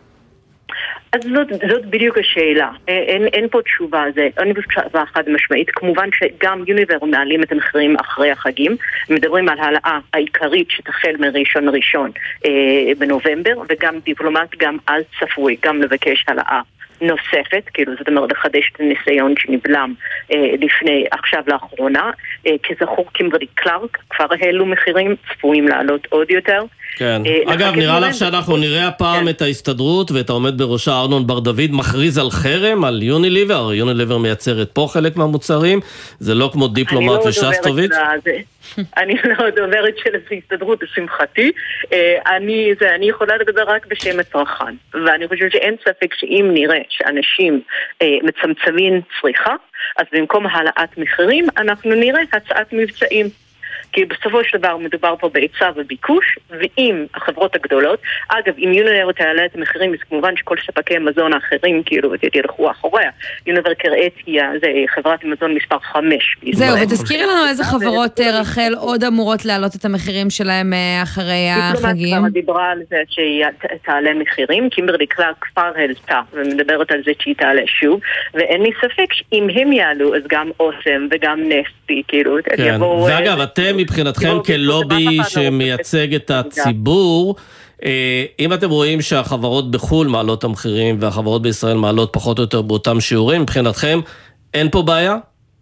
אז זאת בדיוק השאלה. אין פה תשובה. אין תשובה חד משמעית. כמובן שגם יוניליבר מעלים את המחירים אחרי החגים. מדברים על העלאה העיקרית שתחל מראשון בנובמבר, וגם דיפלומט גם על צפוי, גם לבקש העלאה נוספת, כאילו זאת אומרת לחדש את הניסיון שנבלם לפני עכשיו לאחרונה. כזכור קימברלי קלארק כבר העלו מחירים, צפויים לעלות עוד יותר. כן. אגב, נראה לך שאנחנו נראה הפעם את ההסתדרות ואת העומד בראשה ארנון בר דוד מכריז על חרם, על יוניליבר. יוניליבר מייצרת פה חלק מהמוצרים, זה לא כמו דיפלומט ושסטוביץ'. אני לא דוברת של ההסתדרות, לשמחתי. אני יכולה לדבר רק בשם הצרכן, ואני חושבת שאין ספק שאם נראה שאנשים מצמצמים צריכה, אז במקום העלאת מחירים אנחנו נראה הצעת מבצעים. כי בסופו של דבר מדובר פה בהיצע וביקוש, ואם החברות הגדולות, אגב, אם יוניליבר תעלה את המחירים, אז כמובן שכל ספקי המזון האחרים, כאילו, תלכו אחוריה. יוניליבר כעת היא חברת מזון מספר 5. זהו, ותזכירי לנו איזה חברות, רחל, עוד אמורות להעלות את המחירים שלהם אחרי החגים? דיפלומט כבר דיברה על זה שהיא תעלה מחירים, קימברלי קלארק כבר העלתה, ומדברת על זה שהיא תעלה שוב, ואין לי ספק שאם הם יעלו, אז גם אוסם וגם נסטי, כאילו, יבואו... ואגב, אתם מבחינתכם כלובי שמייצג את הציבור, אם אתם רואים שהחברות בחול מעלות המחירים והחברות בישראל מעלות פחות או יותר באותם שיעורים, מבחינתכם אין פה בעיה?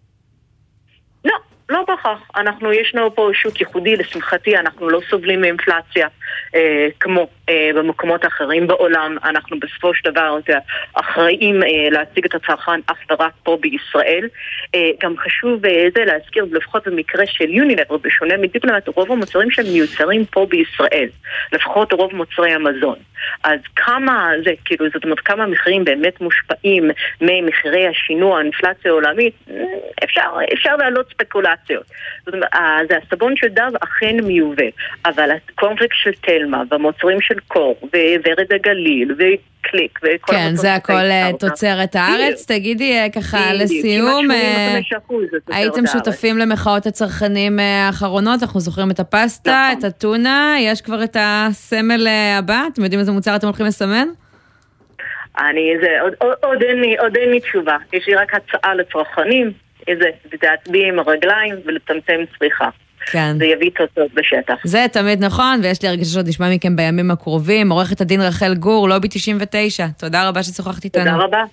לא בכך. ישנו פה שוק ייחודי, לשמחתי, אנחנו לא סובלים מאינפלציה כמו במקומות אחרים בעולם. אנחנו בסופו של דבר אחראים להציג את הצרכן אך ורק פה בישראל. גם חשוב זה להזכיר, לפחות במקרה של יוניליבר, בשונה מדיפלומט, רוב המוצרים שהם מיוצרים פה בישראל, לפחות רוב מוצרי המזון. אז כמה זה, כאילו, זאת אומרת, כמה מחירים באמת מושפעים ממחירי השינוע, האינפלציה העולמית, אפשר להעלות ספקולציה. סיטואציות. זאת אומרת, זה הסבון של דב אכן מיובא, אבל הקורנפלקס של תלמה, והמוצרים של קור, וורד הגליל, וקליק, וכל כן, זה הכל תוצרת הארץ. תגידי ככה לסיום, הייתם שותפים למחאות הצרכנים האחרונות, אנחנו זוכרים את הפסטה, את הטונה, יש כבר את הסמל הבא, אתם יודעים איזה מוצר אתם הולכים לסמן? עוד אין לי תשובה, יש לי רק הצעה לצרכנים, להצביע עם הרגליים ולצמצם צריכה. כן. זה יביא תוצאות בשטח. זה תמיד נכון, ויש לי הרגשה שעוד נשמע מכם בימים הקרובים. עורכת הדין רחל גור, לובי 99. תודה רבה ששוחחת איתנו. תודה רבה.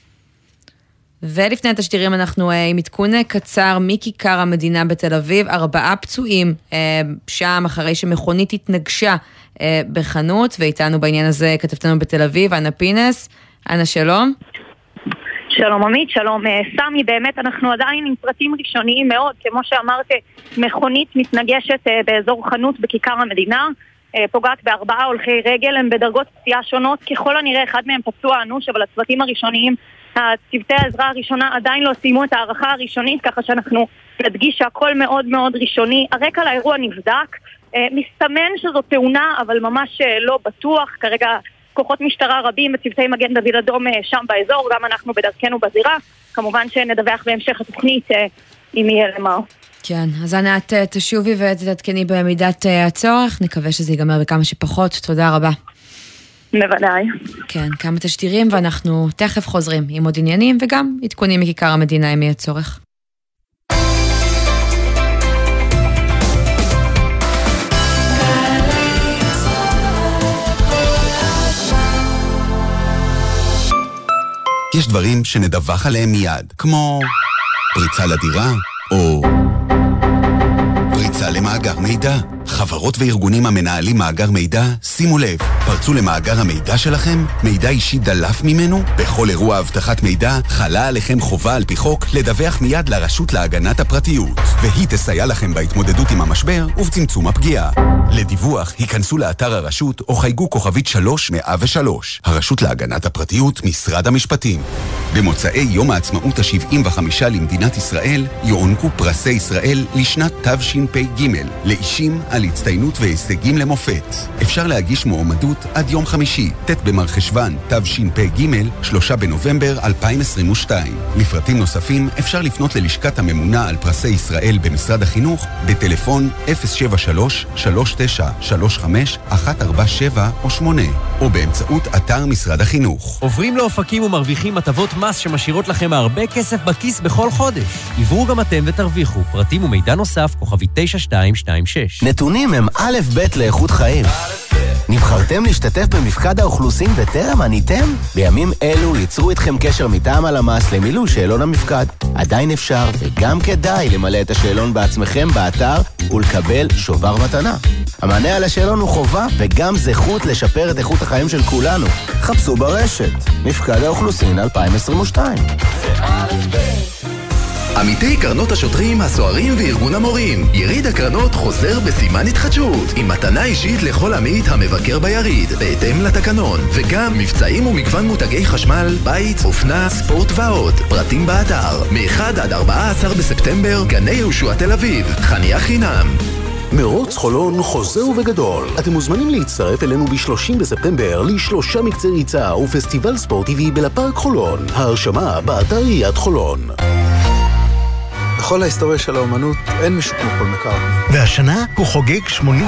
ולפני התשדירים אנחנו עם עדכון קצר מכיכר המדינה בתל אביב, 4 פצועים שם אחרי שמכונית התנגשה בחנות, ואיתנו בעניין הזה כתבתנו בתל אביב, אנה פינס. אנה, שלום. שלום עמית, שלום סמי, באמת אנחנו עדיין עם פרטים ראשוניים מאוד, כמו שאמרת, מכונית מתנגשת באזור חנות בכיכר המדינה, פוגעת ב4 הולכי רגל, הם בדרגות פציעה שונות, ככל הנראה אחד מהם פצוע אנוש, אבל הצוותים הראשוניים, צוותי העזרה הראשונה עדיין לא סיימו את הערכה הראשונית, ככה שאנחנו נדגיש שהכל מאוד מאוד ראשוני. הרקע לאירוע נבדק, מסתמן שזו תאונה, אבל ממש לא בטוח, כרגע כוחות משטרה רבים וצוותי מגן דוד אדום שם באזור, גם אנחנו בדרכנו בזירה, כמובן שנדווח בהמשך התוכנית אם יהיה למה. כן, אז אנה, את תשובי ותתעדכני במידת הצורך, נקווה שזה ייגמר בכמה שפחות, תודה רבה. בוודאי. כן, כמה תשדירים ואנחנו תכף חוזרים עם עוד עניינים וגם עדכונים מכיכר המדינה אם יהיה צורך. יש דברים שנדווח עליהם מיד, כמו פריצה לדירה או פריצה למאגר מידע. חברות וארגונים המנהלים מאגר מידע, שימו לב, פרצו למאגר המידע שלכם, מידע אישי דלף ממנו, בכל אירוע הבטחת מידע, חלה עליכם חובה על פי חוק לדווח מיד לרשות להגנת הפרטיות, והיא תסייע לכם בהתמודדות עם המשבר ובצמצום הפגיעה. לדיווח, היכנסו לאתר הרשות או חייגו כוכבית 3103, הרשות להגנת הפרטיות, משרד המשפטים. במוצאי יום העצמאות ה-75 למדינת ישראל, יוענקו פרסי ישראל לשנת תשפ"ג, לאישים על הצטיינות והישגים למופת. אפשר להגיש מועמדות עד יום חמישי, ט' במרחשוון, תשפ"ג, 3 בנובמבר 2022. לפרטים נוספים אפשר לפנות ללשכת הממונה על פרסי ישראל במשרד החינוך, בטלפון 073-3935-147 או 8, או באמצעות אתר משרד החינוך. עוברים לאופקים ומרוויחים הטבות מס שמשאירות לכם הרבה כסף בכיס בכל חודש. עברו גם אתם ותרוויחו. פרטים ומידע נוסף, כוכבי 9226. נתונים הם א' ב' לאיכות חיים. נבחרתם להשתתף במפקד האוכלוסין וטרם עניתם? בימים אלו ייצרו איתכם קשר מטעם הלמ"ס למילוי שאלון המפקד. עדיין אפשר וגם כדאי למלא את השאלון בעצמכם באתר ולקבל שובר מתנה. המענה על השאלון הוא חובה וגם זכות לשפר את איכות החיים של כולנו. חפשו ברשת. מפקד האוכלוסין 2022. עמיתי קרנות השוטרים, הסוהרים וארגון המורים. יריד הקרנות חוזר בסימן התחדשות, עם מתנה אישית לכל עמית המבקר ביריד, בהתאם לתקנון, וגם מבצעים ומגוון מותגי חשמל, בית, אופנה, ספורט ועוד. פרטים באתר, מ-1 עד 14 בספטמבר, גני יהושע תל אביב, חניה חינם. מרוץ חולון חוזר ובגדול. אתם מוזמנים להצטרף אלינו ב-30 בספטמבר ל3 מקצי ריצה ופסטיבל ספורטיבי בלפארק חולון. ההרשמה באתר יד חולון. בכל ההיסטוריה של האומנות אין מישהו כמו פול מקארטני. והשנה הוא חוגג 80.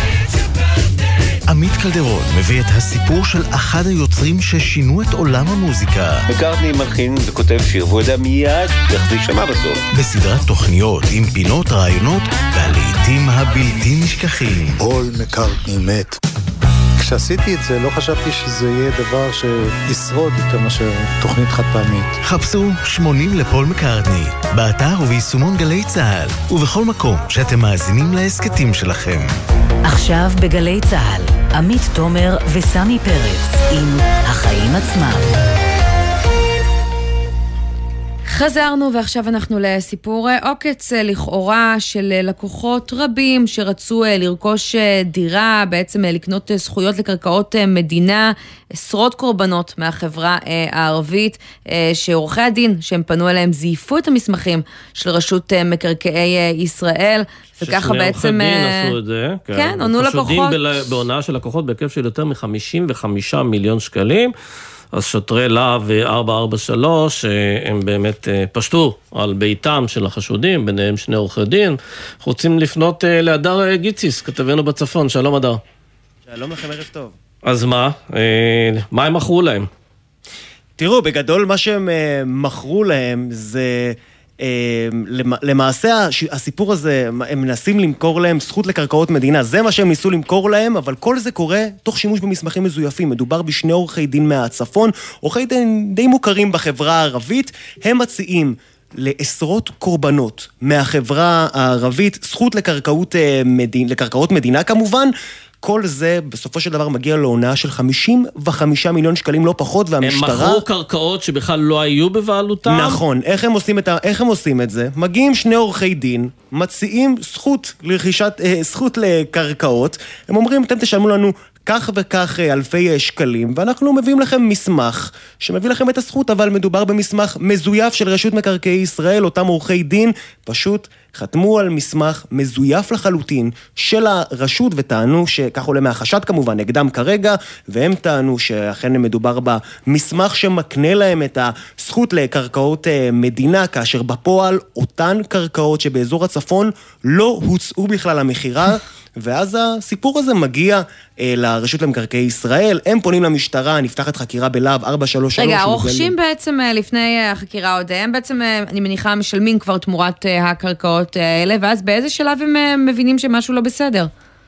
עמית קלדרון מביא את הסיפור של אחד היוצרים ששינו את עולם המוזיקה. מקארטני מלחין וכותב שיר והוא יודע מיד איך זה יישמע בסוף. בסדרת תוכניות עם פינות, רעיונות והלעיתים הבלתי נשכחים. פול מקארטני מת. כשעשיתי את זה לא חשבתי שזה יהיה דבר שישרוד יותר מאשר תוכנית חד פעמית. חפשו 80 לפול מקארטני, באתר וביישומון גלי צהל, ובכל מקום שאתם מאזינים להסקטים שלכם. עכשיו בגלי צהל, עמית תומר וסמי פרץ עם החיים עצמם. חזרנו ועכשיו אנחנו לסיפור עוקץ לכאורה של לקוחות רבים שרצו לרכוש דירה, בעצם לקנות זכויות לקרקעות מדינה, עשרות קורבנות מהחברה הערבית, שעורכי הדין שהם פנו אליהם זייפו את המסמכים של רשות מקרקעי ישראל, וככה בעצם... ששני עורכי דין עשו את זה, כן, ענו לקוחות... חשודים בהונאה של לקוחות בהיקף של יותר מ-55 מיליון שקלים, אז שוטרי להב 443, הם באמת פשטו על ביתם של החשודים, ביניהם שני עורכי דין. אנחנו רוצים לפנות להדר גיציס, כתבנו בצפון. שלום הדר. שלום לכם, ערב טוב. אז מה הם מכרו להם? תראו, בגדול מה שהם מכרו להם זה... למעשה הסיפור הזה, הם מנסים למכור להם זכות לקרקעות מדינה, זה מה שהם ניסו למכור להם, אבל כל זה קורה תוך שימוש במסמכים מזויפים. מדובר בשני עורכי דין מהצפון, עורכי דין די מוכרים בחברה הערבית, הם מציעים לעשרות קורבנות מהחברה הערבית זכות לקרקעות מדינה כמובן. כל זה בסופו של דבר מגיע להונאה של 55 מיליון שקלים, לא פחות, והמשטרה... הם מכרו קרקעות שבכלל לא היו בבעלותם? נכון. איך הם עושים את זה? מגיעים שני עורכי דין, מציעים זכות לקרקעות, הם אומרים, אתם תשלמו לנו כך וכך אלפי שקלים, ואנחנו מביאים לכם מסמך שמביא לכם את הזכות, אבל מדובר במסמך מזויף של רשות מקרקעי ישראל. אותם עורכי דין פשוט חתמו על מסמך מזויף לחלוטין של הרשות, וטענו שכך עולה מהחשד כמובן נגדם כרגע, והם טענו שאכן מדובר במסמך שמקנה להם את הזכות לקרקעות מדינה, כאשר בפועל אותן קרקעות שבאזור הצפון לא הוצאו בכלל למחירה, ואז הסיפור הזה מגיע לרשות למקרקעי ישראל, הם פונים למשטרה, נפתחת חקירה בלהב 433. רגע, הרוכשים בעצם לפני החקירה עוד, הם בעצם, אני מניחה, משלמים כבר תמורת הקרקעות האלה, ואז באיזה שלב הם מבינים שמשהו לא בסדר?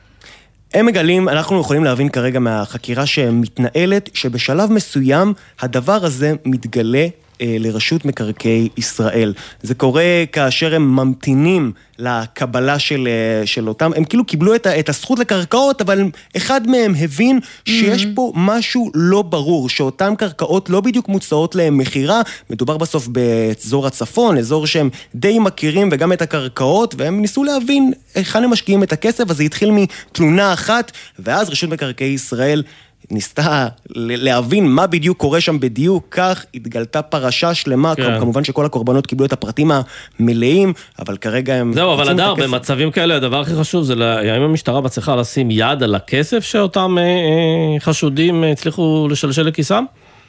הם מגלים, אנחנו יכולים להבין כרגע מהחקירה שמתנהלת, שבשלב מסוים הדבר הזה מתגלה לרשות מקרקעי ישראל. זה קורה כאשר הם ממתינים לקבלה של אותם, הם כאילו קיבלו את הזכות לקרקעות, אבל אחד מהם הבין שיש פה משהו לא ברור, שאותן קרקעות לא בדיוק מוצאות להם מחירה, מדובר בסוף באזור הצפון, אזור שהם די מכירים וגם את הקרקעות, והם ניסו להבין היכן הם משקיעים את הכסף, אז זה התחיל מתלונה אחת, ואז רשות מקרקעי ישראל ניסתה להבין מה בדיוק קורה שם בדיוק, כך התגלתה פרשה שלמה, כמובן שכל הקורבנות קיבלו את הפרטים המלאים, אבל כרגע הם... זהו, אבל הדר, במצבים כאלה, הדבר הכי חשוב זה, האם המשטרה מצליחה לשים יד על הכסף שאותם חשודים הצליחו לשלשל לכיסם?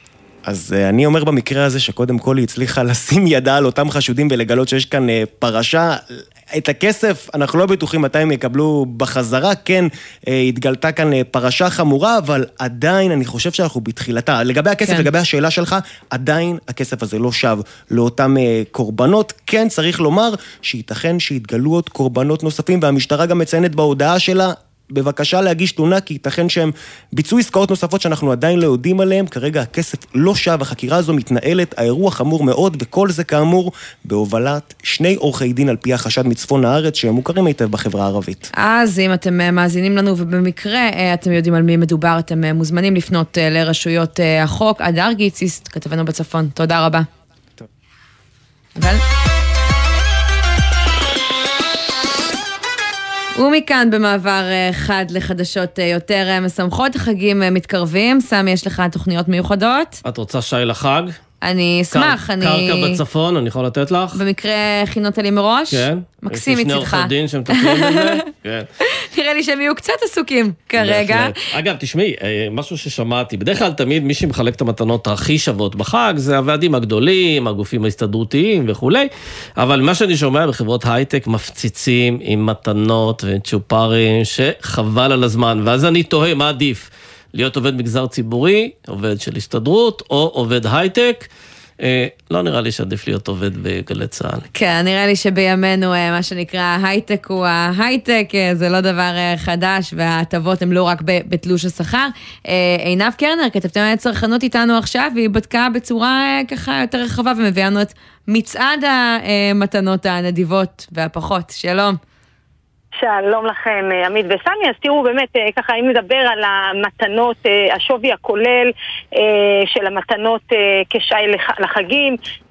אז אני אומר במקרה הזה שקודם כל היא הצליחה לשים ידה על אותם חשודים ולגלות שיש כאן פרשה. את הכסף אנחנו לא בטוחים מתי הם יקבלו בחזרה, כן התגלתה כאן פרשה חמורה, אבל עדיין אני חושב שאנחנו בתחילתה. לגבי הכסף, כן. לגבי השאלה שלך, עדיין הכסף הזה לא שב לאותם קורבנות. כן צריך לומר שייתכן שהתגלו עוד קורבנות נוספים, והמשטרה גם מציינת בהודעה שלה, בבקשה להגיש תלונה, כי ייתכן שהם ביצעו עסקאות נוספות שאנחנו עדיין לא יודעים עליהם. כרגע הכסף לא שב, החקירה הזו מתנהלת, האירוע חמור מאוד, וכל זה כאמור בהובלת שני עורכי דין על פי החשד מצפון הארץ, שהם מוכרים היטב בחברה הערבית. אז אם אתם מאזינים לנו ובמקרה אתם יודעים על מי מדובר, אתם מוזמנים לפנות לרשויות החוק. הדר גיציס, כתבנו בצפון. תודה רבה. טוב. ומכאן במעבר חד לחדשות יותר משמחות, החגים מתקרבים. סמי, יש לך תוכניות מיוחדות? את רוצה שי לחג? אני אשמח, קרקע בצפון, אני יכול לתת לך? במקרה הכינות לי מראש? כן. מקסים מצדך. יש לי שני עורכי דין שמטפלים בזה? כן. נראה לי שהם יהיו קצת עסוקים כרגע. אגב, תשמעי, משהו ששמעתי, בדרך כלל תמיד מי שמחלק את המתנות הכי שוות בחג, זה הוועדים הגדולים, הגופים ההסתדרותיים וכולי, אבל מה שאני שומע בחברות הייטק מפציצים עם מתנות וצ'ופרים שחבל על הזמן, ואז אני תוהה מה עדיף. להיות עובד מגזר ציבורי, עובד של הסתדרות, או עובד הייטק. לא נראה לי שעדיף להיות עובד בגלי צה"ל. כן, נראה לי שבימינו מה שנקרא הייטק הוא ההייטק, זה לא דבר חדש, וההטבות הן לא רק בתלוש השכר. עינב קרנר, כתבתם על צרכנות איתנו עכשיו, והיא בדקה בצורה ככה יותר רחבה, ומביאה לנו את מצעד המתנות הנדיבות והפחות. שלום. שלום לכם, עמית וסמי. אז תראו באמת, ככה אם נדבר על המתנות, השווי הכולל של המתנות כשי לחגים,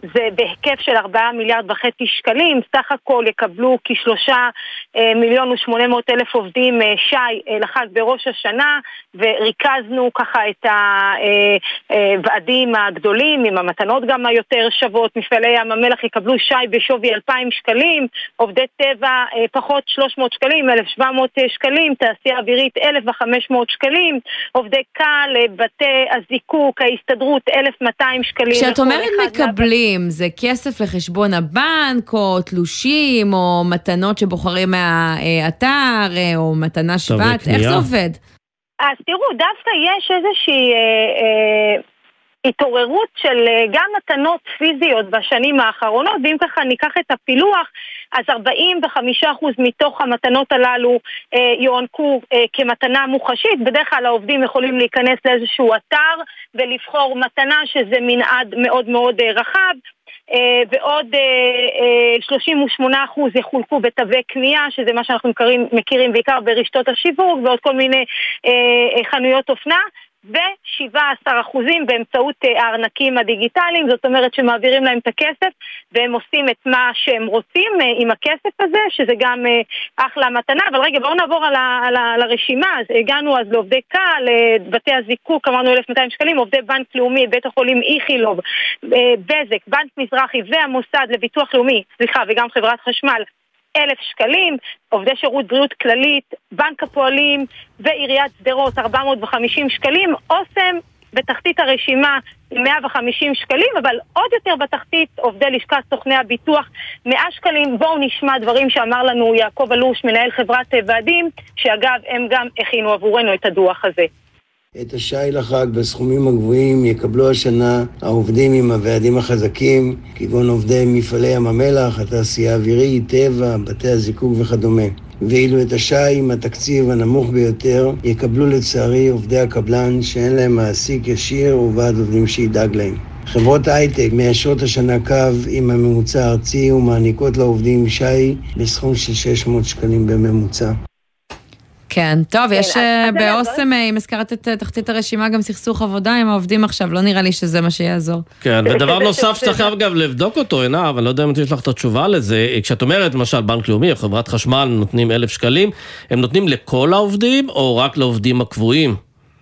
זה בהיקף של 4.5 מיליארד שקלים, סך הכל יקבלו כ3,800,000 עובדים שי לחג בראש השנה, וריכזנו ככה את הוועדים הגדולים, עם המתנות גם היותר שוות. מפעלי ים המלח יקבלו שי בשווי 2,000 שקלים, עובדי טבע פחות 300 שקלים, 1,700 שקלים, תעשייה אווירית 1,500 שקלים, עובדי קל, בתי הזיקוק, ההסתדרות 1,200 שקלים. כשאת אומרת מקבלים, זה כסף לחשבון הבנק, או תלושים, או מתנות שבוחרים מהאתר, או מתנה שבת, איך זה עובד? אז תראו, דווקא יש איזושהי התעוררות של גם מתנות פיזיות בשנים האחרונות, ואם ככה ניקח את הפילוח, אז 45% מתוך המתנות הללו יוענקו כמתנה מוחשית. בדרך כלל העובדים יכולים להיכנס לאיזשהו אתר ולבחור מתנה שזה מנעד מאוד מאוד רחב, ועוד 38% יחולקו בתווי קנייה, שזה מה שאנחנו מכירים בעיקר ברשתות השיווק, ועוד כל מיני חנויות אופנה, ו17% באמצעות הארנקים הדיגיטליים. זאת אומרת שמעבירים להם את הכסף והם עושים את מה שהם רוצים עם הכסף הזה, שזה גם אחלה מתנה. אבל רגע, בואו נעבור על הרשימה. אז הגענו אז לעובדי קל, בתי הזיקוק, אמרנו 1,200 שקלים, עובדי בנק לאומי, בית החולים איכילוב, בזק, בנק מזרחי והמוסד לביטוח לאומי, וגם חברת חשמל, 1,000 שקלים, עובדי שירות בריאות כללית, בנק הפועלים ועיריית שדרות 450 שקלים, אוסם בתחתית הרשימה 150 שקלים, אבל עוד יותר בתחתית עובדי לשכת סוכני הביטוח 100 שקלים. בואו נשמע דברים שאמר לנו יעקב אלוש, מנהל חברת ועדים, שאגב הם גם הכינו עבורנו את הדוח הזה. את השי לחג בסכומים הגבוהים יקבלו השנה העובדים עם הוועדים החזקים, כגון עובדי מפעלי ים המלח, התעשייה האווירית, טבע, בתי הזיקוק וכדומה. ואילו את השי עם התקציב הנמוך ביותר יקבלו לצערי עובדי הקבלן שאין להם מעסיק ישיר וועד עובדים שידאג להם. חברות הייטק מיישרות השנה קו עם הממוצע הארצי ומעניקות לעובדים שי בסכום של 600 שקלים בממוצע. כן, טוב, יש באוסם, אם הזכרת את תחתית הרשימה, גם סכסוך עבודה עם העובדים עכשיו, לא נראה לי שזה מה שיעזור. כן, ודבר נוסף שצריך אגב לבדוק אותו, עיניו, אני לא יודע אם יש לך את התשובה לזה, כשאת אומרת, למשל, בנק לאומי או חברת חשמל נותנים 1,000 שקלים, הם נותנים לכל העובדים או רק לעובדים הקבועים?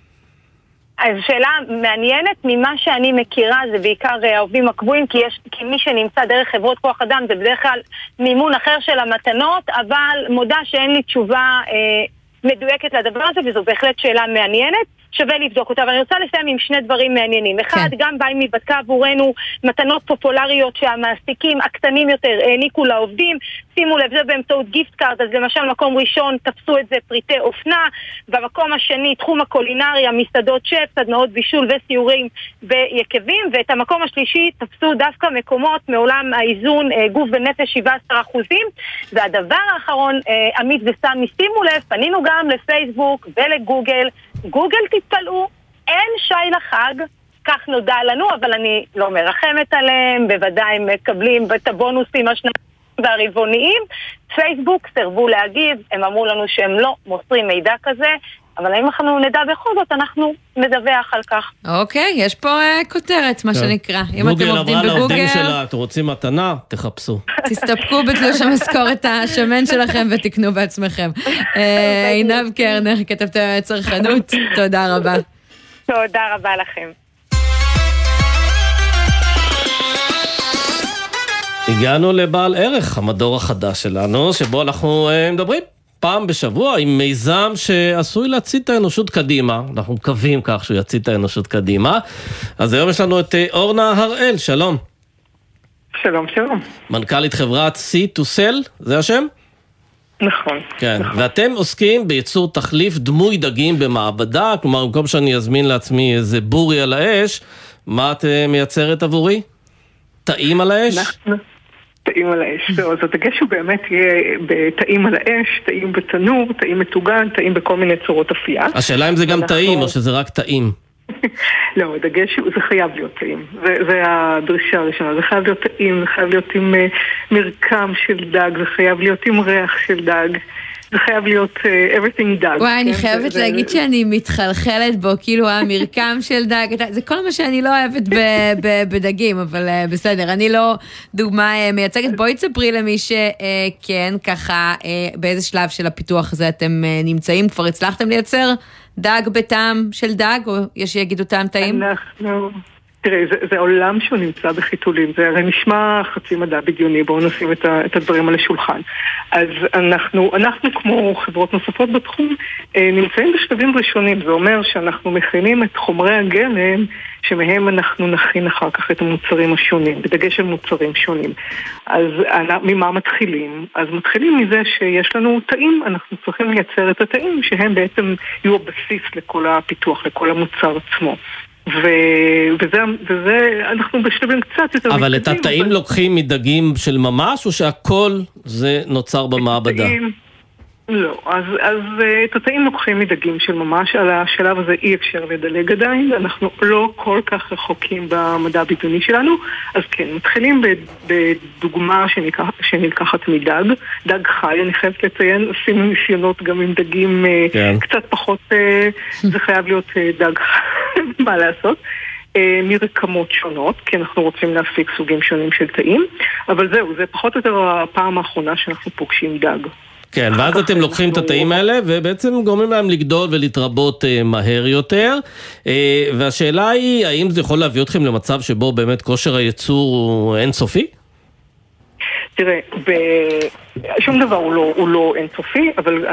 אז שאלה מעניינת, ממה שאני מכירה זה בעיקר העובדים הקבועים, כי מי שנמצא דרך חברות כוח אדם זה בדרך כלל מימון אחר של המתנות, אבל מודה שאין לי תשובה מדויקת לדבר הזה, וזו בהחלט שאלה מעניינת, שווה לבדוק אותה. אבל אני רוצה לסיים עם שני דברים מעניינים. אחד, גם באים מבדקה עבורנו מתנות פופולריות שהמעסיקים הקטנים יותר העניקו לעובדים. שימו לב, זה באמצעות גיפט קארד. אז למשל מקום ראשון תפסו את זה פריטי אופנה, במקום השני תחום הקולינריה, מסעדות שף, סדנאות בישול וסיורים ביקבים, ואת המקום השלישי תפסו דווקא מקומות מעולם האיזון גוף ונפש 17%. והדבר האחרון, עמית וסמי, שימו לב, פנינו גם לפייסבוק ולגוגל. גוגל תתפלאו, אין שי לחג, כך נודע לנו, אבל אני לא מרחמת עליהם, בוודאי הם מקבלים את הבונוסים השנתיים והרבעוניים. פייסבוק סרבו להגיב, הם אמרו לנו שהם לא מוסרים מידע כזה, אבל אם אנחנו נדע בכל זאת, אנחנו נדווח על כך. אוקיי, יש פה כותרת, מה שנקרא. אם אתם עובדים בגוגל... לעובדים שלה, אתם רוצים מתנה, תחפשו. תסתפקו בתלוש המשכורת השמן שלכם ותקנו בעצמכם. עינב קרנר, כתבת צרכנות, תודה רבה. תודה רבה לכם. הגענו לבעל ערך, המדור החדש שלנו, שבו אנחנו מדברים פעם בשבוע עם מיזם שעשוי להצית את האנושות קדימה. אנחנו מקווים כך שהוא יצית את האנושות קדימה. אז היום יש לנו את אורנה הראל, שלום. שלום, שלום. מנכ"לית חברת C2Cell, זה השם? נכון. כן, נכון. ואתם עוסקים בייצור תחליף דמוי דגים במעבדה, כלומר, במקום שאני אזמין לעצמי איזה בורי על האש, מה את מייצרת עבורי? תאים על האש? תאים על האש, אז הדגש הוא באמת יהיה בתאים על האש, תאים בתנור, תאים מטוגן, תאים בכל מיני צורות אפייה. השאלה אם זה גם תאים או שזה רק תאים? לא, הדגש הוא, זה חייב להיות תאים, זה הדרישה הראשונה, זה חייב להיות תאים, זה חייב להיות עם מרקם של דג, זה חייב להיות עם ריח של דג, זה חייב להיות everything dog. וואי, אני חייבת להגיד שאני מתחלחלת בו, כאילו המרקם של דג, זה כל מה שאני לא אוהבת בדגים, אבל בסדר, אני לא דוגמה מייצגת. בואי תספרי למי שכן, ככה, באיזה שלב של הפיתוח הזה אתם נמצאים, כבר הצלחתם לייצר דג בטעם של דג, או יש שיגידו טעם טעים? תראה, זה עולם שהוא נמצא בחיתולים, זה הרי נשמע חצי מדע בדיוני, בואו נשים את הדברים על השולחן. אז אנחנו כמו חברות נוספות בתחום, נמצאים בשלבים ראשונים, זה אומר שאנחנו מכינים את חומרי הגלם, שמהם אנחנו נכין אחר כך את המוצרים השונים, בדגש על מוצרים שונים. אז ממה מתחילים? אז מתחילים מזה שיש לנו תאים, אנחנו צריכים לייצר את התאים, שהם בעצם יהיו הבסיס לכל הפיתוח, לכל המוצר עצמו. וזה אנחנו בשלבים קצת יותר... אבל את התאים לוקחים מדגים של ממש, או שהכל זה נוצר במעבדה? לא, אז את התאים לוקחים מדגים של ממש, על השלב הזה אי אפשר לדלג עדיין, אנחנו לא כל כך רחוקים במדע הבדיוני שלנו, אז כן, מתחילים בדוגמה שנלקחת מדג, דג חי, אני חייבת לציין, עשינו ניסיונות גם עם דגים קצת פחות, זה חייב להיות דג חי, מה לעשות? מרקמות שונות, כי אנחנו רוצים להפיק סוגים שונים של תאים, אבל זהו, זה פחות או יותר הפעם האחרונה שאנחנו פוגשים דג. כן, ואז אתם לוקחים את התאים האלה, ובעצם גורמים להם לגדול ולהתרבות מהר יותר, והשאלה היא, האם זה יכול להביא אתכם למצב שבו באמת כושר הייצור הוא אינסופי? תראה, שום דבר הוא לא אינסופי, אבל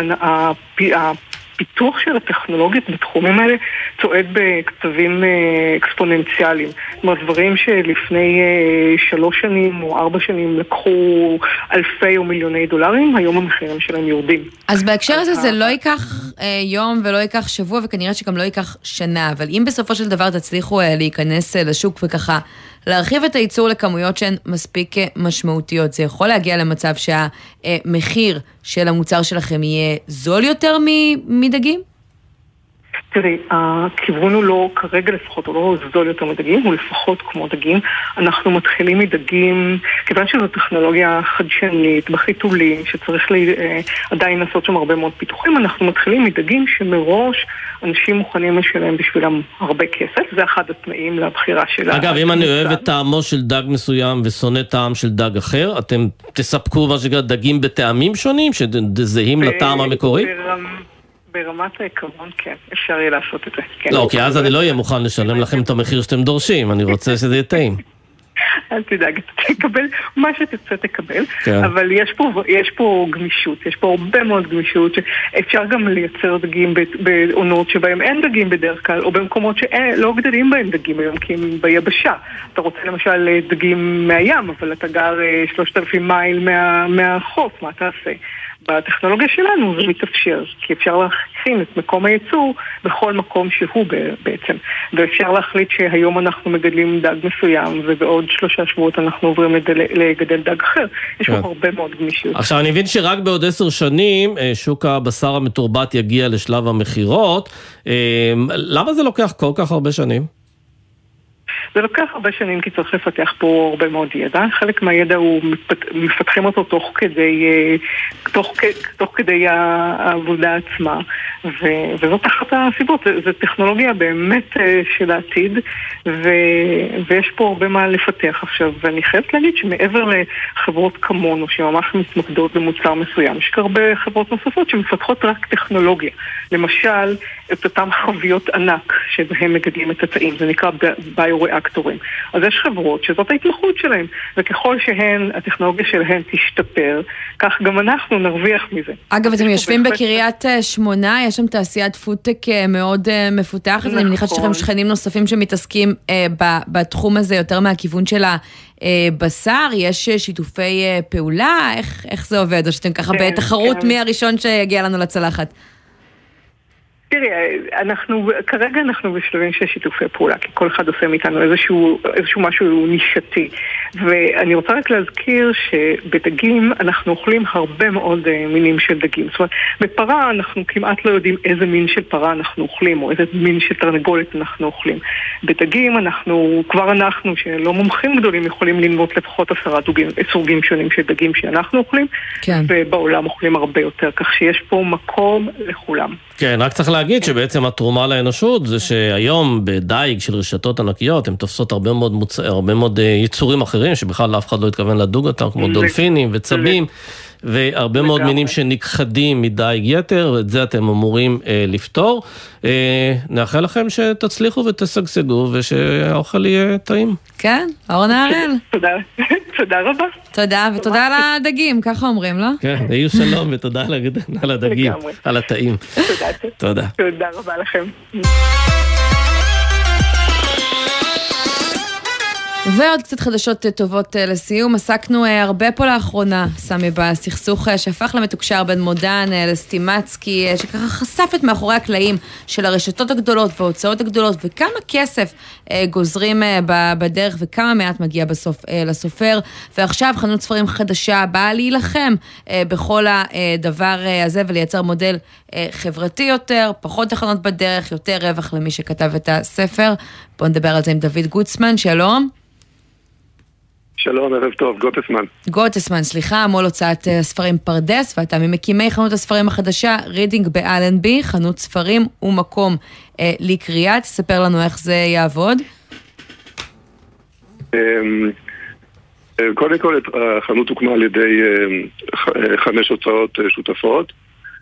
הפיתוח של הטכנולוגיות בתחומים האלה צועד בקצבים אקספוננציאליים. זאת אומרת, דברים שלפני 3 שנים או 4 שנים לקחו אלפי או מיליוני דולרים, היום המחירים שלהם יורדים. אז בהקשר הזה זה לא ייקח יום ולא ייקח שבוע, וכנראה שגם לא ייקח שנה, אבל אם בסופו של דבר תצליחו להיכנס לשוק וככה להרחיב את הייצור לכמויות שהן מספיק משמעותיות, זה יכול להגיע למצב שהמחיר של המוצר שלכם יהיה זול יותר מדגים? תראי, הכיוון הוא לא, כרגע לפחות, הוא לא זול יותר מדגים, הוא לפחות כמו דגים. אנחנו מתחילים מדגים, כיוון שזו טכנולוגיה חדשנית, בחיתולים, שצריך עדיין לעשות שם הרבה מאוד פיתוחים, אנחנו מתחילים מדגים שמראש אנשים מוכנים לשלם בשבילם הרבה כסף, זה אחד התנאים לבחירה שלה. אגב, אם אני אוהב את טעמו של דג מסוים ושונא טעם של דג אחר, אתם תספקו מה שגר דגים בטעמים שונים, שזהים לטעם המקורי? ברמת העיקרון, כן, אפשר יהיה לעשות את זה. לא, כי אז אני לא אהיה מוכן לשלם לכם את המחיר שאתם דורשים, אני רוצה שזה יהיה טעים. אל תדאג, תקבל מה שתצא תקבל, אבל יש פה גמישות, יש פה הרבה מאוד גמישות, שאפשר גם לייצר דגים בעונות שבהם אין דגים בדרך כלל, או במקומות שלא גדלים בהם דגים היום, כי הם ביבשה. אתה רוצה למשל דגים מהים, אבל אתה גר 3,000 מייל מהחוף, מה אתה עושה? בטכנולוגיה שלנו זה מתאפשר, כי אפשר להכין את מקום הייצור בכל מקום שהוא בעצם, ואפשר להחליט שהיום אנחנו מגדלים דג מסוים, ובעוד 3 שבועות אנחנו עוברים לגדל דג אחר. יש פה הרבה מאוד גמישות. עכשיו אני מבין שרק בעוד 10 שנים שוק הבשר המתורבת יגיע לשלב המחירות. למה זה לוקח כל כך הרבה שנים? זה לוקח הרבה שנים כי צריך לפתח פה הרבה מאוד ידע. חלק מהידע הוא מפתחים אותו תוך כדי העבודה עצמה, וזאת אחת הסיבות. זו טכנולוגיה באמת של העתיד, ויש פה הרבה מה לפתח עכשיו. ואני חייבת להגיד שמעבר לחברות כמונו שממש מתמקדות במוצר מסוים, יש הרבה חברות נוספות שמפתחות רק טכנולוגיה. למשל, את אותם חביות ענק שבהם מגדלים את התאים, זה נקרא ביו-ריאקטורים. אז יש חברות שזאת ההתמחות שלהם, וככל שהן, הטכנולוגיה שלהן תשתפר, כך גם אנחנו נרוויח מזה. אגב, אתם יושבים בקריית שמונה, יש שם תעשיית פודטק מאוד מפותחת, אני מניחה שיש לכם שכנים נוספים שמתעסקים בתחום הזה יותר מהכיוון של הבשר, יש שיתופי פעולה, איך זה עובד? או שאתם ככה בתחרות מי הראשון שיגיע לנו לצלחת? תראי, כרגע אנחנו בשלבים של שיתופי פעולה, כי כל אחד עושה מאיתנו איזשהו משהו נישתי. ואני רוצה רק להזכיר שבדגים אנחנו אוכלים הרבה מאוד מינים של דגים. זאת אומרת, בפרה אנחנו כמעט לא יודעים איזה מין של פרה אנחנו אוכלים, או איזה מין של תרנגולת אנחנו אוכלים. בדגים אנחנו שלא מומחים גדולים, יכולים ללמוד לפחות 10 סוגים שונים של דגים שאנחנו אוכלים, כן. ובעולם אוכלים הרבה יותר, כך שיש פה מקום לכולם. כן, רק צריך להגיד שבעצם התרומה לאנושות זה שהיום בדייג של רשתות ענקיות הן תופסות הרבה מאוד יצורים אחרים שבכלל אף אחד לא התכוון לדוג אותם, כמו דולפינים וצבים, והרבה מאוד מינים שנכחדים מדייג יתר, ואת זה אתם אמורים לפתור. נאחל לכם שתצליחו ותשגשגו ושהאוכל יהיה טעים. כן, אורנה הראל. תודה רבה. תודה, ותודה על הדגים, ככה אומרים, לא? כן, היו שלום ותודה על הדגים, על הטעים. תודה. תודה רבה לכם. ועוד קצת חדשות טובות לסיום. עסקנו הרבה פה לאחרונה, סמי, בסכסוך שהפך למתוקשר בין מודן לסטימצקי, שככה חשפת מאחורי הקלעים של הרשתות הגדולות וההוצאות הגדולות, וכמה כסף גוזרים בדרך וכמה מעט מגיע בסוף לסופר. ועכשיו חנות ספרים חדשה באה להילחם בכל הדבר הזה ולייצר מודל חברתי יותר, פחות תחנות בדרך, יותר רווח למי שכתב את הספר. בואו נדבר על זה עם דוד גוטסמן, שלום. שלום, ערב טוב, גוטסמן, סליחה, מול הוצאת ספרים פרדס, ואתה ממקימי חנות הספרים החדשה, רידינג באלנבי, חנות ספרים ומקום לקריאה. תספר לנו איך זה יעבוד. קודם כל, החנות הוקמה על ידי 5 הוצאות שותפות,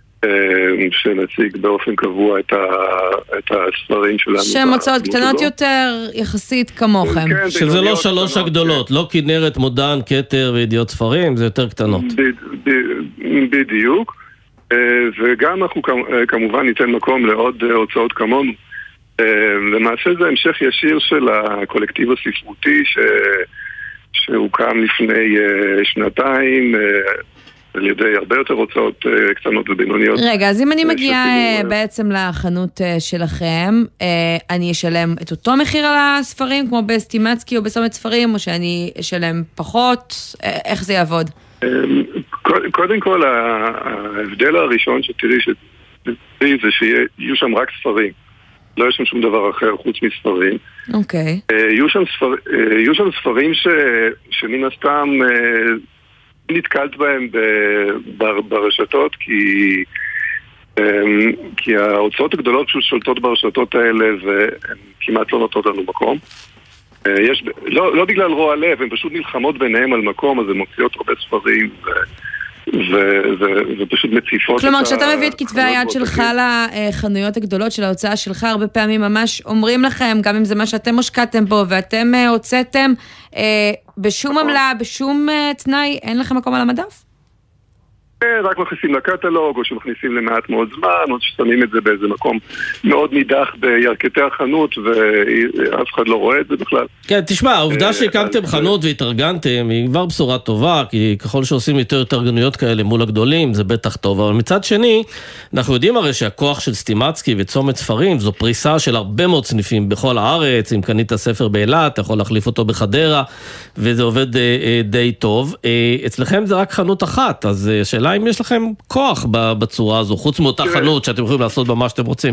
שנציג באופן קבוע את הספרים שלנו. שהן הוצאות קטנות יותר יחסית כמוכם. שזה לא 3 הגדולות, לא כנרת, מודן, כתר וידיעות ספרים, זה יותר קטנות. בדיוק. וגם אנחנו כמובן ניתן מקום לעוד הוצאות כמונו. למעשה זה המשך ישיר של הקולקטיב הספרותי שהוקם לפני 2 על ידי הרבה יותר הוצאות קטנות ובינוניות. רגע, אז אם אני מגיעה בעצם לחנות שלכם, אני אשלם את אותו מחיר על הספרים, כמו בסטימצקי או בסומת ספרים, או שאני אשלם פחות? איך זה יעבוד? קודם כל, ההבדל הראשון שתראי זה שיהיו שם רק ספרים. לא יש שם שום דבר אחר חוץ מספרים. אוקיי. יהיו שם ספרים שמן הסתם נתקלת בהם ברשתות, כי ההוצאות הגדולות פשוט שולטות ברשתות האלה והן כמעט לא נותנות לנו מקום. לא בגלל רוע לב, הן פשוט נלחמות ביניהם על מקום, אז הן מוציאות הרבה ספרים ופשוט מציפות. כלומר, כשאתה מביא את כתבי היד שלך לחנויות הגדולות של ההוצאה שלך, הרבה פעמים ממש אומרים לכם, גם אם זה מה שאתם מושקעתם בו ואתם הוצאתם, בשום עמלה, בשום תנאי, אין לכם מקום על המדף? רק מכניסים לקטלוג, או שמכניסים למעט מאוד זמן, או ששמים את זה באיזה מקום מאוד נידח בירכתי החנות, ואף אחד לא רואה את זה בכלל. כן, תשמע, העובדה שהקמתם חנות והתארגנתם, היא כבר בשורה טובה, כי ככל שעושים יותר התארגנויות כאלה מול הגדולים, זה בטח טוב. אבל מצד שני, אנחנו יודעים הרי שהכוח של סטימצקי וצומת ספרים, זו פריסה של הרבה מאוד סניפים בכל הארץ. אם קנית ספר באילת, אתה יכול להחליף אותו בחדרה, וזה עובד די טוב. אצלכם זה רק חנות אחת, אז שאלה אם יש לכם כוח בצורה הזו, חוץ מאותה חנות שאתם יכולים לעשות במה שאתם רוצים.